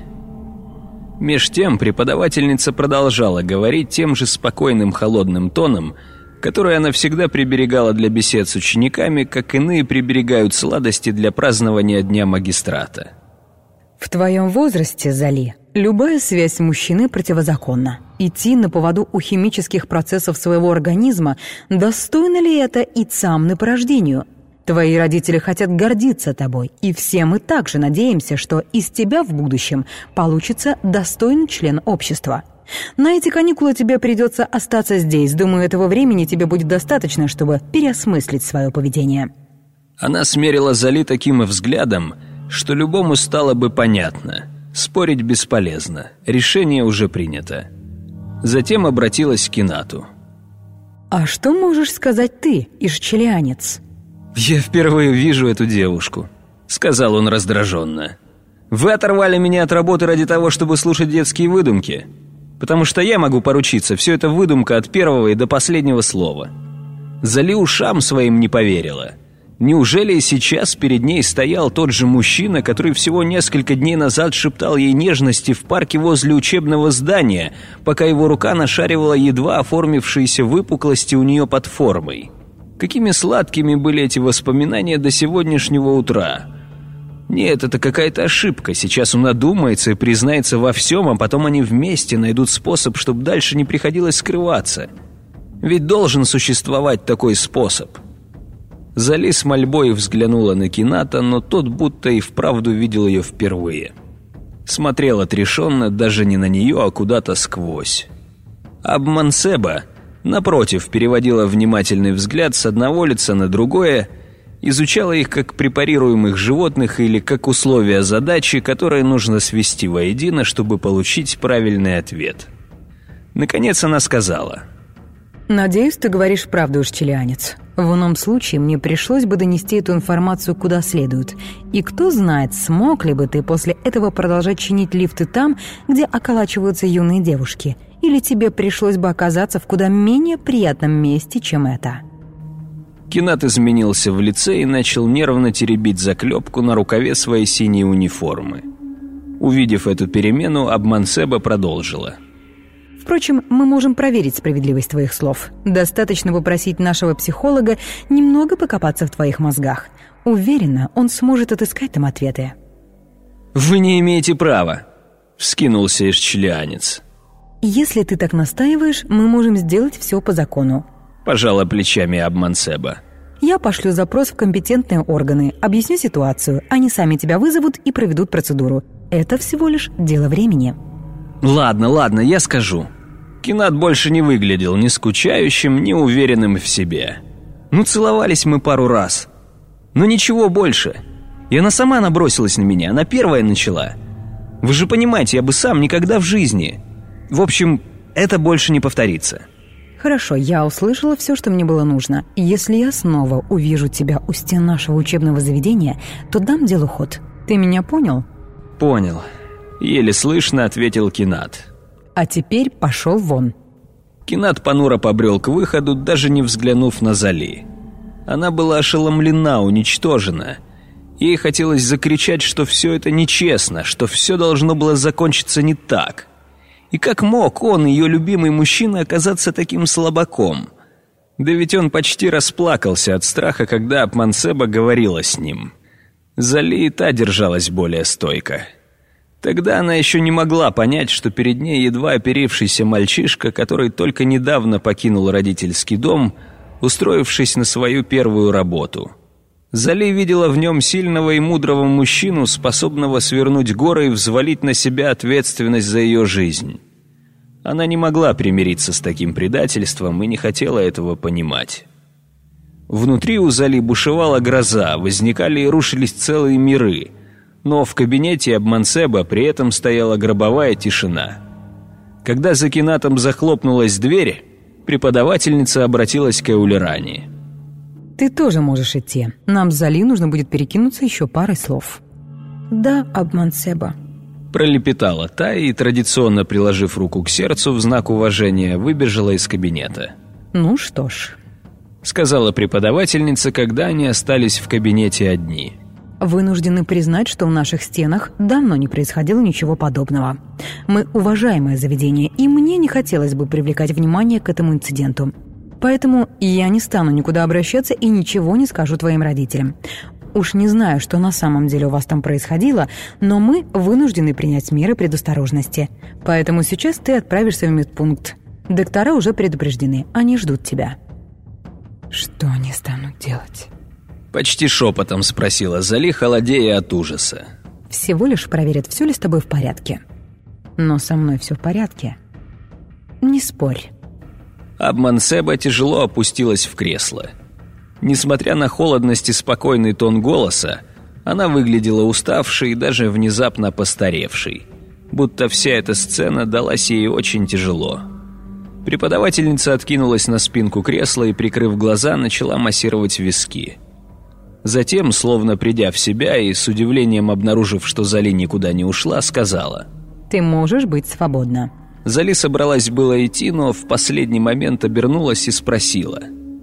Меж тем преподавательница продолжала говорить тем же спокойным холодным тоном, который она всегда приберегала для бесед с учениками, как иные приберегают сладости для празднования Дня магистрата. «В твоем возрасте, Зали, любая связь мужчины противозаконна. Идти на поводу у химических процессов своего организма, достойно ли это ицамны по рождению? Твои родители хотят гордиться тобой, и все мы также надеемся, что из тебя в будущем получится достойный член общества. На эти каникулы тебе придется остаться здесь. Думаю, этого времени тебе будет достаточно, чтобы переосмыслить свое поведение». Она смерила Зали таким взглядом, что любому стало бы понятно. Спорить бесполезно, решение уже принято. Затем обратилась к Кинату. «А что можешь сказать ты, ишчелианец?» «Я впервые вижу эту девушку», — сказал он раздраженно. «Вы оторвали меня от работы ради того, чтобы слушать детские выдумки? Потому что я могу поручиться, все это выдумка от первого и до последнего слова». Зали ушам своим не поверила. Неужели и сейчас перед ней стоял тот же мужчина, который всего несколько дней назад шептал ей нежности в парке возле учебного здания, пока его рука нашаривала едва оформившиеся выпуклости у нее под формой? Какими сладкими были эти воспоминания до сегодняшнего утра? Нет, это какая-то ошибка. Сейчас он надумается и признается во всем, а потом они вместе найдут способ, чтобы дальше не приходилось скрываться. Ведь должен существовать такой способ. Зали с мольбой взглянула на Кината, но тот будто и вправду видел ее впервые. Смотрел отрешенно даже не на нее, а куда-то сквозь. Абмансеба, напротив, переводила внимательный взгляд с одного лица на другое, изучала их как препарируемых животных или как условия задачи, которые нужно свести воедино, чтобы получить правильный ответ. Наконец она сказала: «Надеюсь, ты говоришь правду, ишчелианец. В ином случае мне пришлось бы донести эту информацию куда следует. И кто знает, смог ли бы ты после этого продолжать чинить лифты там, где околачиваются юные девушки, или тебе пришлось бы оказаться в куда менее приятном месте, чем это». Кинат изменился в лице и начал нервно теребить заклепку на рукаве своей синей униформы. Увидев эту перемену, Абмансеба продолжила: «Впрочем, мы можем проверить справедливость твоих слов. Достаточно попросить нашего психолога немного покопаться в твоих мозгах. Уверена, он сможет отыскать там ответы». «Вы не имеете права», — вскинулся ишчелианец. «Если ты так настаиваешь, мы можем сделать все по закону», — пожала плечами Абмансеба. «Я пошлю запрос в компетентные органы, объясню ситуацию, они сами тебя вызовут и проведут процедуру. Это всего лишь дело времени». «Ладно, ладно, я скажу». Кинат больше не выглядел ни скучающим, ни уверенным в себе. «Ну, целовались мы пару раз. Но ничего больше. И она сама набросилась на меня, она первая начала. Вы же понимаете, я бы сам никогда в жизни. В общем, это больше не повторится». «Хорошо, я услышала все, что мне было нужно. Если я снова увижу тебя у стен нашего учебного заведения, то дам делу ход. Ты меня понял?» «Понял», — еле слышно ответил Кинат. «А теперь пошел вон». Кинат понуро побрел к выходу, даже не взглянув на Зали. Она была ошеломлена, уничтожена. Ей хотелось закричать, что все это нечестно, что все должно было закончиться не так. И как мог он, ее любимый мужчина, оказаться таким слабаком? Да ведь он почти расплакался от страха, когда Абмансеба говорила с ним. Зали и та держалась более стойко. Тогда она еще не могла понять, что перед ней едва оперившийся мальчишка, который только недавно покинул родительский дом, устроившись на свою первую работу. Зали видела в нем сильного и мудрого мужчину, способного свернуть горы и взвалить на себя ответственность за ее жизнь. Она не могла примириться с таким предательством и не хотела этого понимать. Внутри у Зали бушевала гроза, возникали и рушились целые миры, но в кабинете Абмансеба при этом стояла гробовая тишина. Когда за Кинатом захлопнулась дверь, преподавательница обратилась к Эулеране. «Ты тоже можешь идти. Нам с Зали нужно будет перекинуться еще парой слов». «Да, Абмансеба», — пролепетала та и, традиционно приложив руку к сердцу в знак уважения, выбежала из кабинета. «Ну что ж», — сказала преподавательница, когда они остались в кабинете одни. «Вынуждены признать, что в наших стенах давно не происходило ничего подобного. Мы уважаемое заведение, и мне не хотелось бы привлекать внимание к этому инциденту. Поэтому я не стану никуда обращаться и ничего не скажу твоим родителям. Уж не знаю, что на самом деле у вас там происходило, но мы вынуждены принять меры предосторожности. Поэтому сейчас ты отправишься в медпункт. Доктора уже предупреждены, они ждут тебя». «Что они станут делать?» Почти шепотом спросила Зали, холодея от ужаса. «Всего лишь проверят, все ли с тобой в порядке. Но со мной все в порядке. Не спорь». Абмансеба тяжело опустилась в кресло. Несмотря на холодность и спокойный тон голоса, она выглядела уставшей и даже внезапно постаревшей, будто вся эта сцена далась ей очень тяжело. Преподавательница откинулась на спинку кресла и, прикрыв глаза, начала массировать виски. Затем, словно придя в себя и с удивлением обнаружив, что Зали никуда не ушла, сказала: «Ты можешь быть свободна». Зали собралась было идти, но в последний момент обернулась и спросила: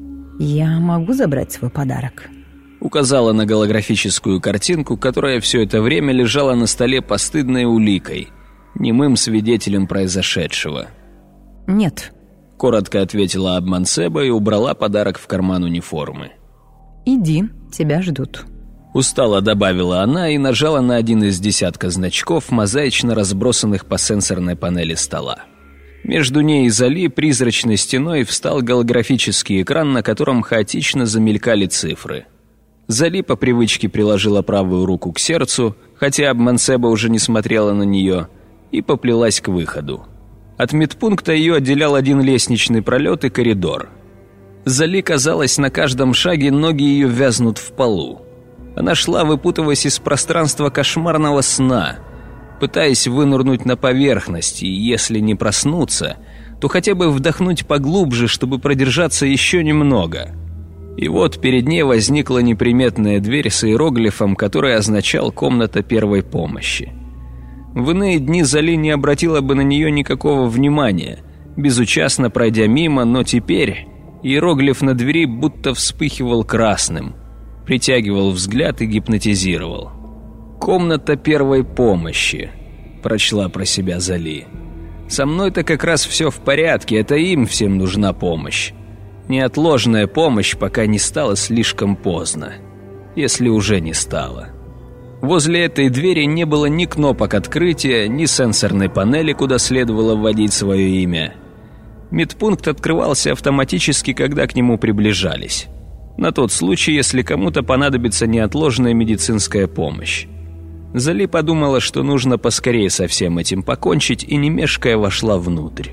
«Я могу забрать свой подарок?» Указала на голографическую картинку, которая все это время лежала на столе постыдной уликой, немым свидетелем произошедшего. «Нет», — коротко ответила Абмансеба и убрала подарок в карман униформы. «Иди, тебя ждут». Устало добавила она и нажала на один из десятка значков, мозаично разбросанных по сенсорной панели стола. Между ней и Зали призрачной стеной встал голографический экран, на котором хаотично замелькали цифры. Зали по привычке приложила правую руку к сердцу, хотя Абмансеба уже не смотрела на нее, и поплелась к выходу. От медпункта ее отделял один лестничный пролет и коридор. Зали, казалось, на каждом шаге ноги ее вязнут в полу. Она шла, выпутываясь из пространства кошмарного сна, пытаясь вынырнуть на поверхность, и если не проснуться, то хотя бы вдохнуть поглубже, чтобы продержаться еще немного. И вот перед ней возникла неприметная дверь с иероглифом, который означал «комната первой помощи». В иные дни Зали не обратила бы на нее никакого внимания, безучастно пройдя мимо, но теперь иероглиф на двери будто вспыхивал красным, притягивал взгляд и гипнотизировал. «Комната первой помощи», — прочла про себя Зали. «Со мной-то как раз все в порядке, это им всем нужна помощь. Неотложная помощь, пока не стало слишком поздно, если уже не стало». Возле этой двери не было ни кнопок открытия, ни сенсорной панели, куда следовало вводить свое имя. Медпункт открывался автоматически, когда к нему приближались, на тот случай, если кому-то понадобится неотложная медицинская помощь. Зали подумала, что нужно поскорее со всем этим покончить, и не мешкая вошла внутрь.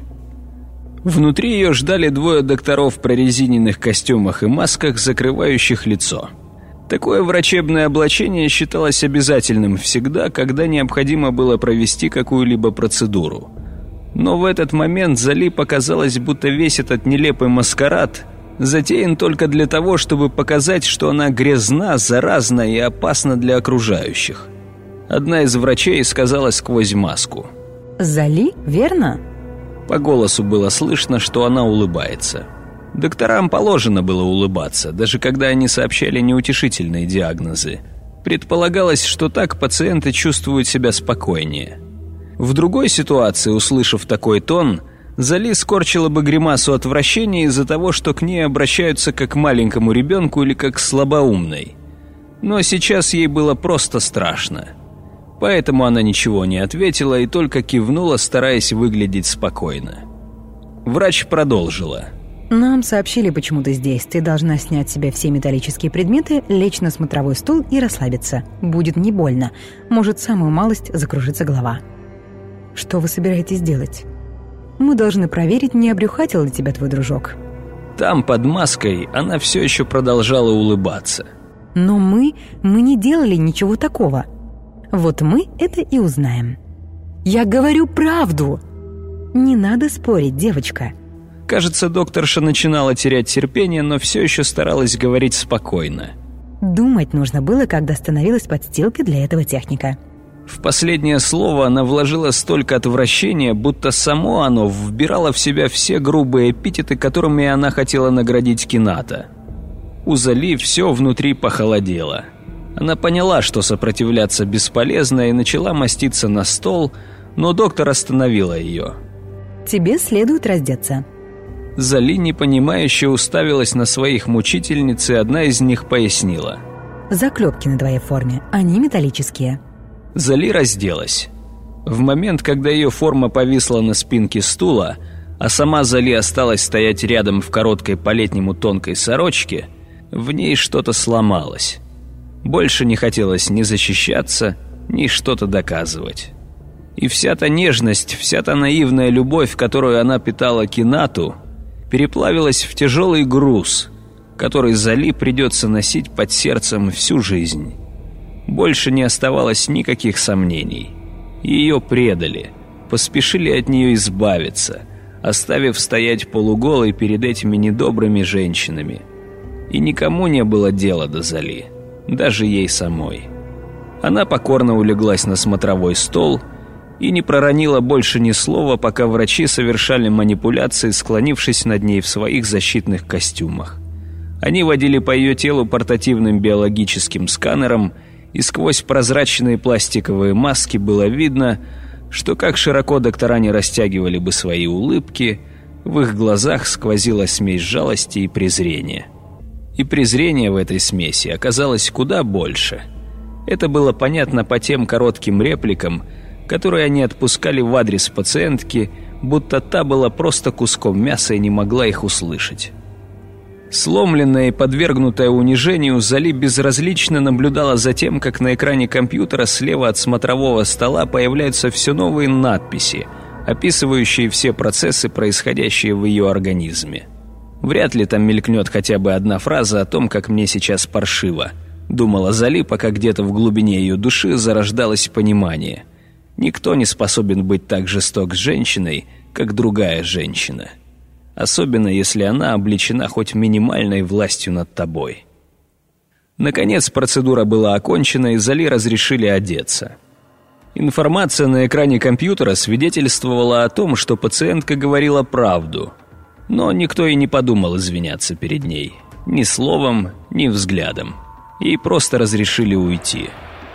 Внутри ее ждали двое докторов в прорезиненных костюмах и масках, закрывающих лицо. Такое врачебное облачение считалось обязательным всегда, когда необходимо было провести какую-либо процедуру. Но в этот момент Зали показалось, будто весь этот нелепый маскарад затеян только для того, чтобы показать, что она грязна, заразна и опасна для окружающих. Одна из врачей сказала сквозь маску: «Зали, верно?» По голосу было слышно, что она улыбается. Докторам положено было улыбаться, даже когда они сообщали неутешительные диагнозы. Предполагалось, что так пациенты чувствуют себя спокойнее. В другой ситуации, услышав такой тон, Зали скорчила бы гримасу отвращения из-за того, что к ней обращаются как к маленькому ребенку или как к слабоумной. Но сейчас ей было просто страшно. Поэтому она ничего не ответила и только кивнула, стараясь выглядеть спокойно. Врач продолжила. Нам сообщили, почему ты здесь. Ты должна снять с себя все металлические предметы, лечь на смотровой стул и расслабиться. Будет не больно. Может, самую малость закружится голова. Что вы собираетесь делать? Мы должны проверить, не обрюхатил ли тебя твой дружок. Там, под маской, она все еще продолжала улыбаться. Но мы, мы не делали ничего такого. Вот мы это и узнаем. Я говорю правду. Не надо спорить, девочка. Кажется, докторша начинала терять терпение, но все еще старалась говорить спокойно. Думать нужно было, когда становилась подстилкой для этого техника. В последнее слово она вложила столько отвращения, будто само оно вбирало в себя все грубые эпитеты, которыми она хотела наградить Кината. У Зали все внутри похолодело. Она поняла, что сопротивляться бесполезно, и начала маститься на стол, но доктор остановила ее. Тебе следует раздеться. Зали непонимающе уставилась на своих мучительниц, и одна из них пояснила. Заклепки на твоей форме, они металлические. Зали разделась. В момент, когда ее форма повисла на спинке стула, а сама Зали осталась стоять рядом в короткой по-летнему тонкой сорочке, в ней что-то сломалось. Больше не хотелось ни защищаться, ни что-то доказывать. И вся та нежность, вся та наивная любовь, которую она питала Кинату, переплавилась в тяжелый груз, который Зали придется носить под сердцем всю жизнь. Больше не оставалось никаких сомнений. Ее предали, поспешили от нее избавиться, оставив стоять полуголой перед этими недобрыми женщинами. И никому не было дела до Зали, даже ей самой. Она покорно улеглась на смотровой стол и не проронила больше ни слова, пока врачи совершали манипуляции, склонившись над ней в своих защитных костюмах. Они водили по ее телу портативным биологическим сканером, и сквозь прозрачные пластиковые маски было видно, что как широко доктора не растягивали бы свои улыбки, в их глазах сквозила смесь жалости и презрения. И презрение в этой смеси оказалось куда больше. Это было понятно по тем коротким репликам, которые они отпускали в адрес пациентки, будто та была просто куском мяса и не могла их услышать. Сломленная и подвергнутая унижению, Зали безразлично наблюдала за тем, как на экране компьютера слева от смотрового стола появляются все новые надписи, описывающие все процессы, происходящие в ее организме. «Вряд ли там мелькнет хотя бы одна фраза о том, как мне сейчас паршиво», — думала Зали, пока где-то в глубине ее души зарождалось понимание. Никто не способен быть так жесток с женщиной, как другая женщина. Особенно, если она облечена хоть минимальной властью над тобой. Наконец, процедура была окончена, и Зали разрешили одеться. Информация на экране компьютера свидетельствовала о том, что пациентка говорила правду. Но никто и не подумал извиняться перед ней. Ни словом, ни взглядом. Ей просто разрешили уйти.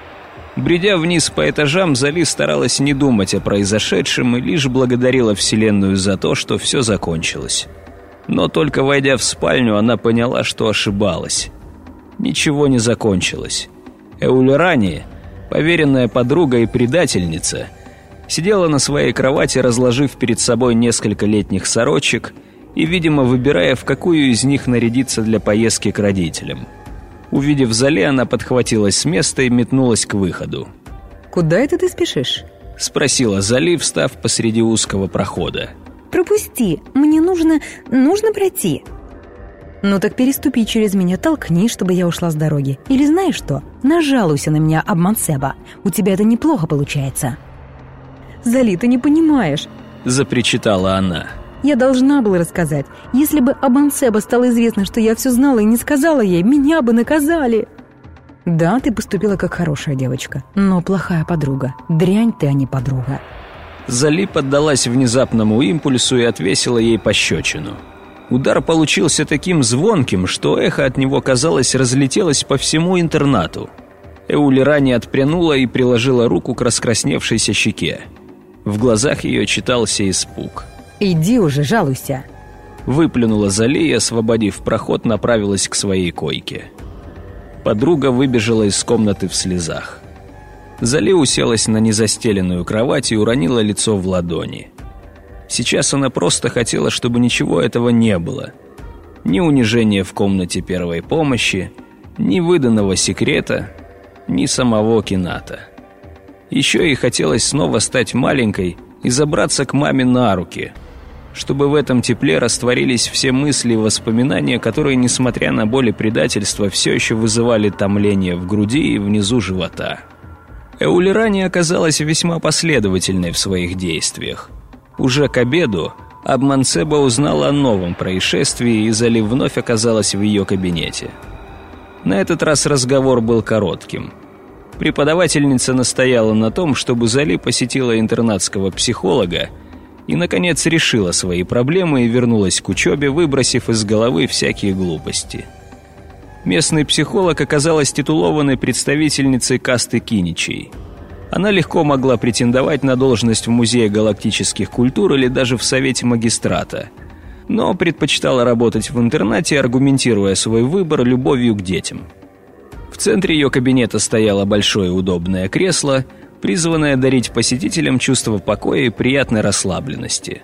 Бредя вниз по этажам, Зали старалась не думать о произошедшем и лишь благодарила Вселенную за то, что все закончилось. Но только войдя в спальню, она поняла, что ошибалась. Ничего не закончилось. Эулерани, поверенная подруга и предательница, сидела на своей кровати, разложив перед собой несколько летних сорочек и, видимо, выбирая, в какую из них нарядиться для поездки к родителям. Увидев Зали, она подхватилась с места и метнулась к выходу. «Куда это ты спешишь?» — спросила Зали, встав посреди узкого прохода. «Пропусти, мне нужно... нужно пройти». «Ну так переступи через меня, толкни, чтобы я ушла с дороги. Или знаешь что? Нажалуйся на меня, обман Себа. У тебя это неплохо получается». «Зали, ты не понимаешь», — запричитала она. «Я должна была рассказать. Если бы об Ансеба стало известно, что я все знала и не сказала ей, меня бы наказали». «Да, ты поступила как хорошая девочка, но плохая подруга. Дрянь ты, а не подруга». Зали поддалась внезапному импульсу и отвесила ей пощечину. Удар получился таким звонким, что эхо от него, казалось, разлетелось по всему интернату. Эулирани отпрянула и приложила руку к раскрасневшейся щеке. В глазах ее читался испуг. «Иди уже, жалуйся!» Выплюнула Зали и, освободив проход, направилась к своей койке. Подруга выбежала из комнаты в слезах. Зали уселась на незастеленную кровать и уронила лицо в ладони. Сейчас она просто хотела, чтобы ничего этого не было. Ни унижения в комнате первой помощи, ни выданного секрета, ни самого Кината. Еще ей хотелось снова стать маленькой и забраться к маме на руки, чтобы в этом тепле растворились все мысли и воспоминания, которые, несмотря на боль и предательство, все еще вызывали томление в груди и внизу живота. Эулирани оказалась весьма последовательной в своих действиях. Уже к обеду Абмансеба узнала о новом происшествии, и Зали вновь оказалась в ее кабинете. На этот раз разговор был коротким. Преподавательница настояла на том, чтобы Зали посетила интернатского психолога и, наконец, решила свои проблемы и вернулась к учебе, выбросив из головы всякие глупости. Местный психолог оказалась титулованной представительницей касты киничей. Она легко могла претендовать на должность в Музее галактических культур или даже в Совете магистрата, но предпочитала работать в интернате, аргументируя свой выбор любовью к детям. В центре ее кабинета стояло большое удобное кресло, призванное дарить посетителям чувство покоя и приятной расслабленности.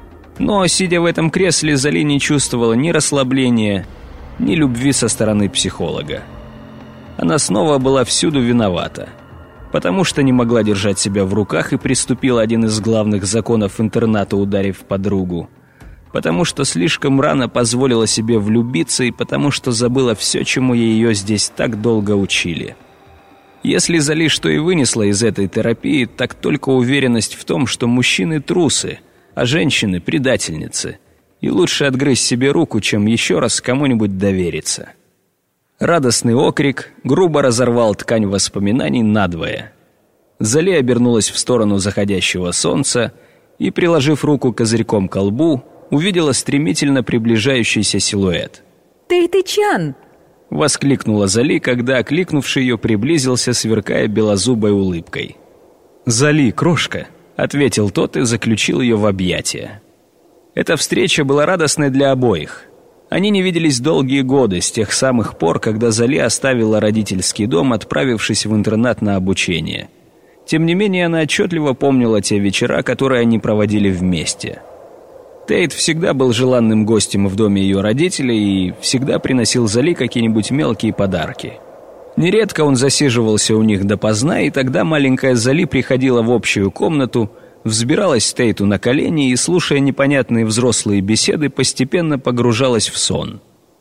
Но, сидя в этом кресле, Зали не чувствовала ни расслабления, ни любви со стороны психолога. Она снова была всюду виновата, потому что не могла держать себя в руках и приступила один из главных законов интерната, ударив подругу, потому что слишком рано позволила себе влюбиться и потому что забыла все, чему ее здесь так долго учили. Если Зали что и вынесла из этой терапии, так только уверенность в том, что мужчины трусы, а женщины предательницы, и лучше отгрызть себе руку, чем еще раз кому-нибудь довериться. Радостный окрик грубо разорвал ткань воспоминаний надвое. Зали обернулась в сторону заходящего солнца и, приложив руку козырьком к лбу, увидела стремительно приближающийся силуэт. «Тейты-чан!» — воскликнула Зали, когда окликнувший ее приблизился, сверкая белозубой улыбкой. «Зали, крошка!» — ответил тот и заключил ее в объятия. Эта встреча была радостной для обоих. Они не виделись долгие годы, с тех самых пор, когда Зали оставила родительский дом, отправившись в интернат на обучение. Тем не менее, она отчетливо помнила те вечера, которые они проводили вместе. Тейт всегда был желанным гостем в доме ее родителей и всегда приносил Зали какие-нибудь мелкие подарки. Нередко он засиживался у них допоздна, и тогда маленькая Зали приходила в общую комнату, взбиралась Тейту на колени и, слушая непонятные взрослые беседы, постепенно погружалась в сон.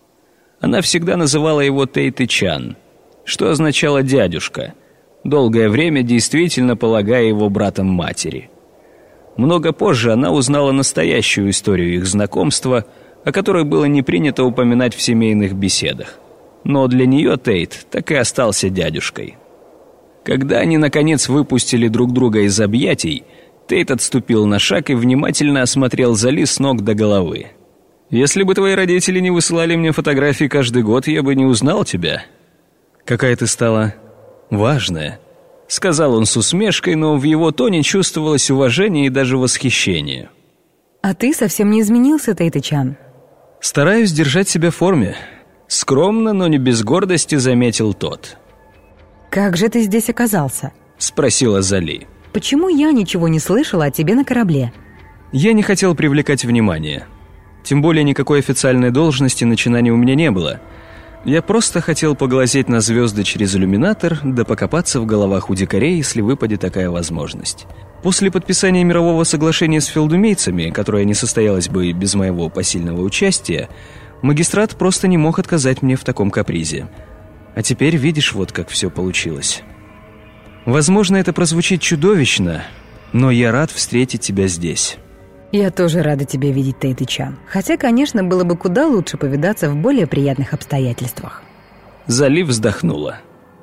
Она всегда называла его Тейты-чан, что означало «дядюшка», долгое время действительно полагая его братом матери. Много позже она узнала настоящую историю их знакомства, о которой было не принято упоминать в семейных беседах. Но для нее Тейт так и остался дядюшкой. Когда они, наконец, выпустили друг друга из объятий, Тейт отступил на шаг и внимательно осмотрел Зали с ног до головы. «Если бы твои родители не высылали мне фотографии каждый год, я бы не узнал тебя. Какая ты стала важная», — сказал он с усмешкой, но в его тоне чувствовалось уважение и даже восхищение. «А ты совсем не изменился, Тейты-чан». «Стараюсь держать себя в форме», — скромно, но не без гордости заметил тот. «Как же ты здесь оказался?» — спросила Зали. «Почему я ничего не слышала о тебе на корабле?» «Я не хотел привлекать внимание. Тем более никакой официальной должности начинания у меня не было. Я просто хотел поглазеть на звезды через иллюминатор, да покопаться в головах у дикарей, если выпадет такая возможность. После подписания мирового соглашения с фелдумейцами, которое не состоялось бы без моего посильного участия, магистрат просто не мог отказать мне в таком капризе. А теперь видишь, вот как все получилось. Возможно, это прозвучит чудовищно, но я рад встретить тебя здесь». «Я тоже рада тебя видеть, Тейты-чан. Хотя, конечно, было бы куда лучше повидаться в более приятных обстоятельствах». Зали вздохнула.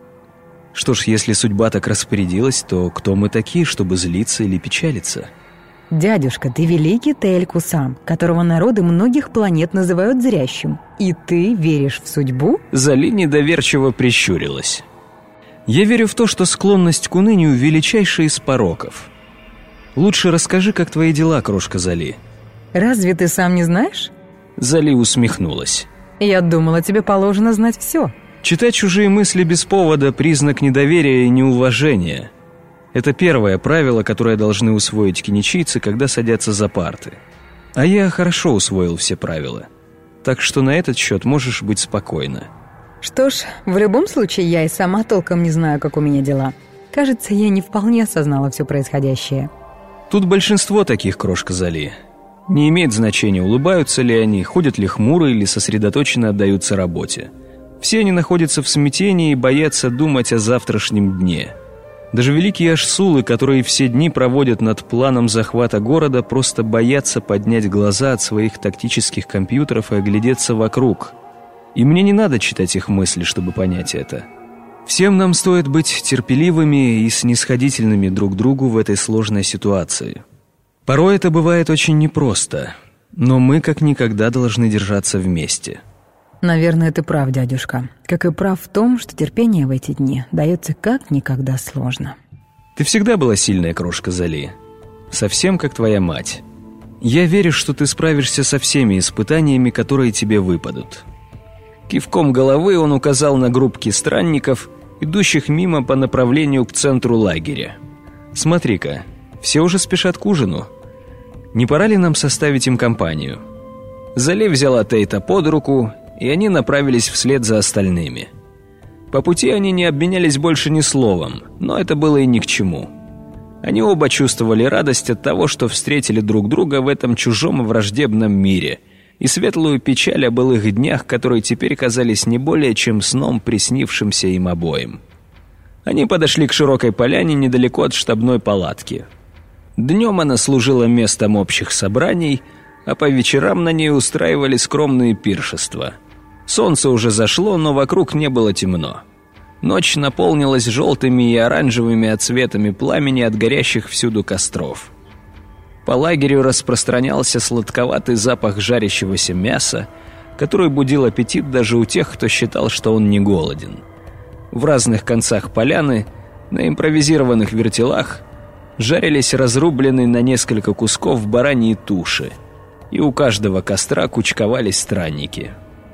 «Что ж, если судьба так распорядилась, то кто мы такие, чтобы злиться или печалиться?» «Дядюшка, ты великий Тейль-Кусам, которого народы многих планет называют зрящим. И ты веришь в судьбу?» Зали недоверчиво прищурилась. Я верю в то, что склонность к унынию – величайший из пороков. Лучше расскажи, как твои дела, крошка Зали. Разве ты сам не знаешь? Зали усмехнулась. Я думала, тебе положено знать все. Читать чужие мысли без повода – признак недоверия и неуважения. Это первое правило, которое должны усвоить киничийцы, когда садятся за парты. А я хорошо усвоил все правила. Так что на этот счет можешь быть спокойна. Что ж, в любом случае, я и сама толком не знаю, как у меня дела. Кажется, я не вполне осознала все происходящее. Тут большинство таких, крошка Зали. Не имеет значения, улыбаются ли они, ходят ли хмуро или сосредоточенно отдаются работе. Все они находятся в смятении и боятся думать о завтрашнем дне. Даже великие ашсулы, которые все дни проводят над планом захвата города, просто боятся поднять глаза от своих тактических компьютеров и оглядеться вокруг. И мне не надо читать их мысли, чтобы понять это. Всем нам стоит быть терпеливыми и снисходительными друг к другу в этой сложной ситуации. Порой это бывает очень непросто, но мы как никогда должны держаться вместе. Наверное, ты прав, дядюшка. Как и прав в том, что терпение в эти дни дается как никогда сложно. Ты всегда была сильная, крошка Зали. Совсем как твоя мать. Я верю, что ты справишься со всеми испытаниями, которые тебе выпадут. Кивком головы он указал на группки странников, идущих мимо по направлению к центру лагеря. «Смотри-ка, все уже спешат к ужину. Не пора ли нам составить им компанию?» Зали взяла Тейта под руку, и они направились вслед за остальными. По пути они не обменялись больше ни словом, но это было и ни к чему. Они оба чувствовали радость от того, что встретили друг друга в этом чужом и враждебном мире, и светлую печаль о былых днях, которые теперь казались не более чем сном, приснившимся им обоим. Они подошли к широкой поляне недалеко от штабной палатки. Днем она служила местом общих собраний, а по вечерам на ней устраивали скромные пиршества. Солнце уже зашло, но вокруг не было темно. Ночь наполнилась желтыми и оранжевыми отсветами пламени от горящих всюду костров. По лагерю распространялся сладковатый запах жарящегося мяса, который будил аппетит даже у тех, кто считал, что он не голоден. В разных концах поляны, на импровизированных вертелах, жарились разрубленные на несколько кусков бараньи туши, и у каждого костра кучковались странники.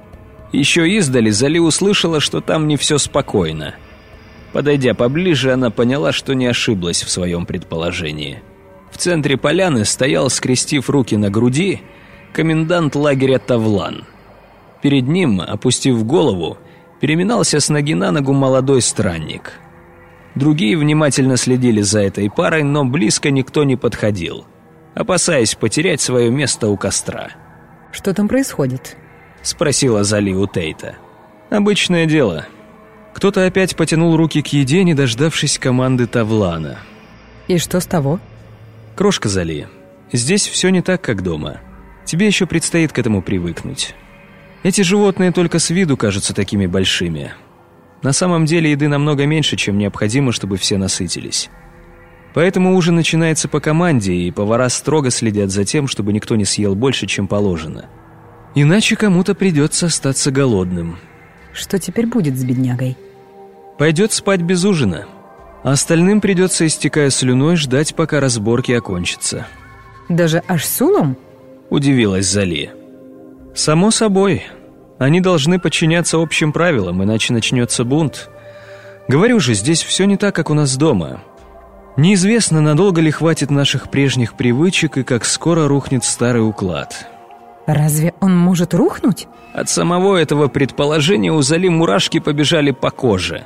Еще издали Зали услышала, что там не все спокойно. Подойдя поближе, она поняла, что не ошиблась в своем предположении. В центре поляны стоял, скрестив руки на груди, комендант лагеря Тавлан. Перед ним, опустив голову, переминался с ноги на ногу молодой странник. Другие внимательно следили за этой парой, но близко никто не подходил, опасаясь потерять свое место у костра. «Что там происходит?» — спросила Зали у Тейта. «Обычное дело. Кто-то опять потянул руки к еде, не дождавшись команды Тавлана». «И что с того?» «Крошка Зали, здесь все не так, как дома. Тебе еще предстоит к этому привыкнуть. Эти животные только с виду кажутся такими большими. На самом деле еды намного меньше, чем необходимо, чтобы все насытились. Поэтому ужин начинается по команде, и повара строго следят за тем, чтобы никто не съел больше, чем положено. Иначе кому-то придется остаться голодным». «Что теперь будет с беднягой?» «Пойдет спать без ужина. А остальным придется, истекая слюной, ждать, пока разборки окончатся». «Даже ашсулам?» — удивилась Зали. «Само собой. Они должны подчиняться общим правилам, иначе начнется бунт. Говорю же, здесь все не так, как у нас дома. Неизвестно, надолго ли хватит наших прежних привычек и как скоро рухнет старый уклад». «Разве он может рухнуть?» От самого этого предположения у Зали мурашки побежали по коже.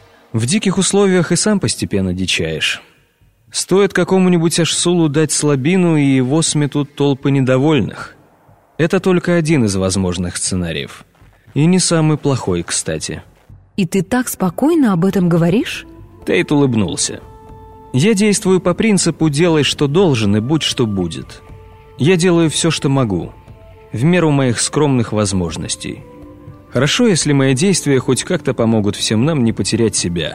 В диких условиях и сам постепенно дичаешь. Стоит какому-нибудь ашсулу дать слабину, и его сметут толпы недовольных. Это только один из возможных сценариев. И не самый плохой, кстати. «И ты так спокойно об этом говоришь?» Тейт улыбнулся. «Я действую по принципу «делай, что должен, и будь, что будет». Я делаю все, что могу, в меру моих скромных возможностей. Хорошо, если мои действия хоть как-то помогут всем нам не потерять себя.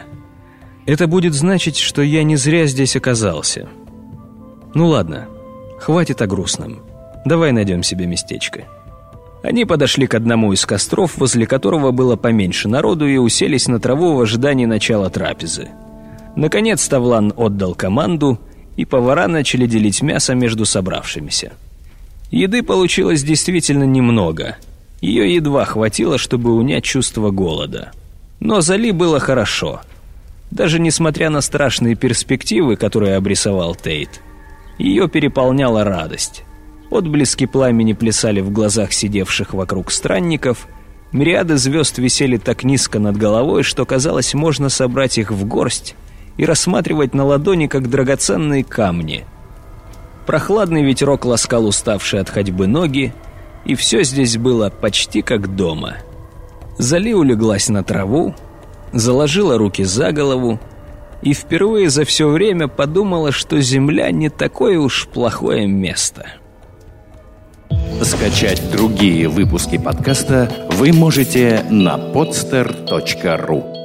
Это будет значить, что я не зря здесь оказался. Ну ладно, хватит о грустном. Давай найдем себе местечко». Они подошли к одному из костров, возле которого было поменьше народу, и уселись на траву в ожидании начала трапезы. Наконец Тавлан отдал команду, и повара начали делить мясо между собравшимися. Еды получилось действительно немного. Ее едва хватило, чтобы унять чувство голода. Но Зали было хорошо. Даже несмотря на страшные перспективы, которые обрисовал Тейт, ее переполняла радость. Отблески пламени плясали в глазах сидевших вокруг странников, мириады звезд висели так низко над головой, что казалось, можно собрать их в горсть и рассматривать на ладони, как драгоценные камни. Прохладный ветерок ласкал уставшие от ходьбы ноги, и все здесь было почти как дома. Зали улеглась на траву, заложила руки за голову и впервые за все время подумала, что земля не такое уж плохое место. Скачать другие выпуски подкаста вы можете на podster точка ру.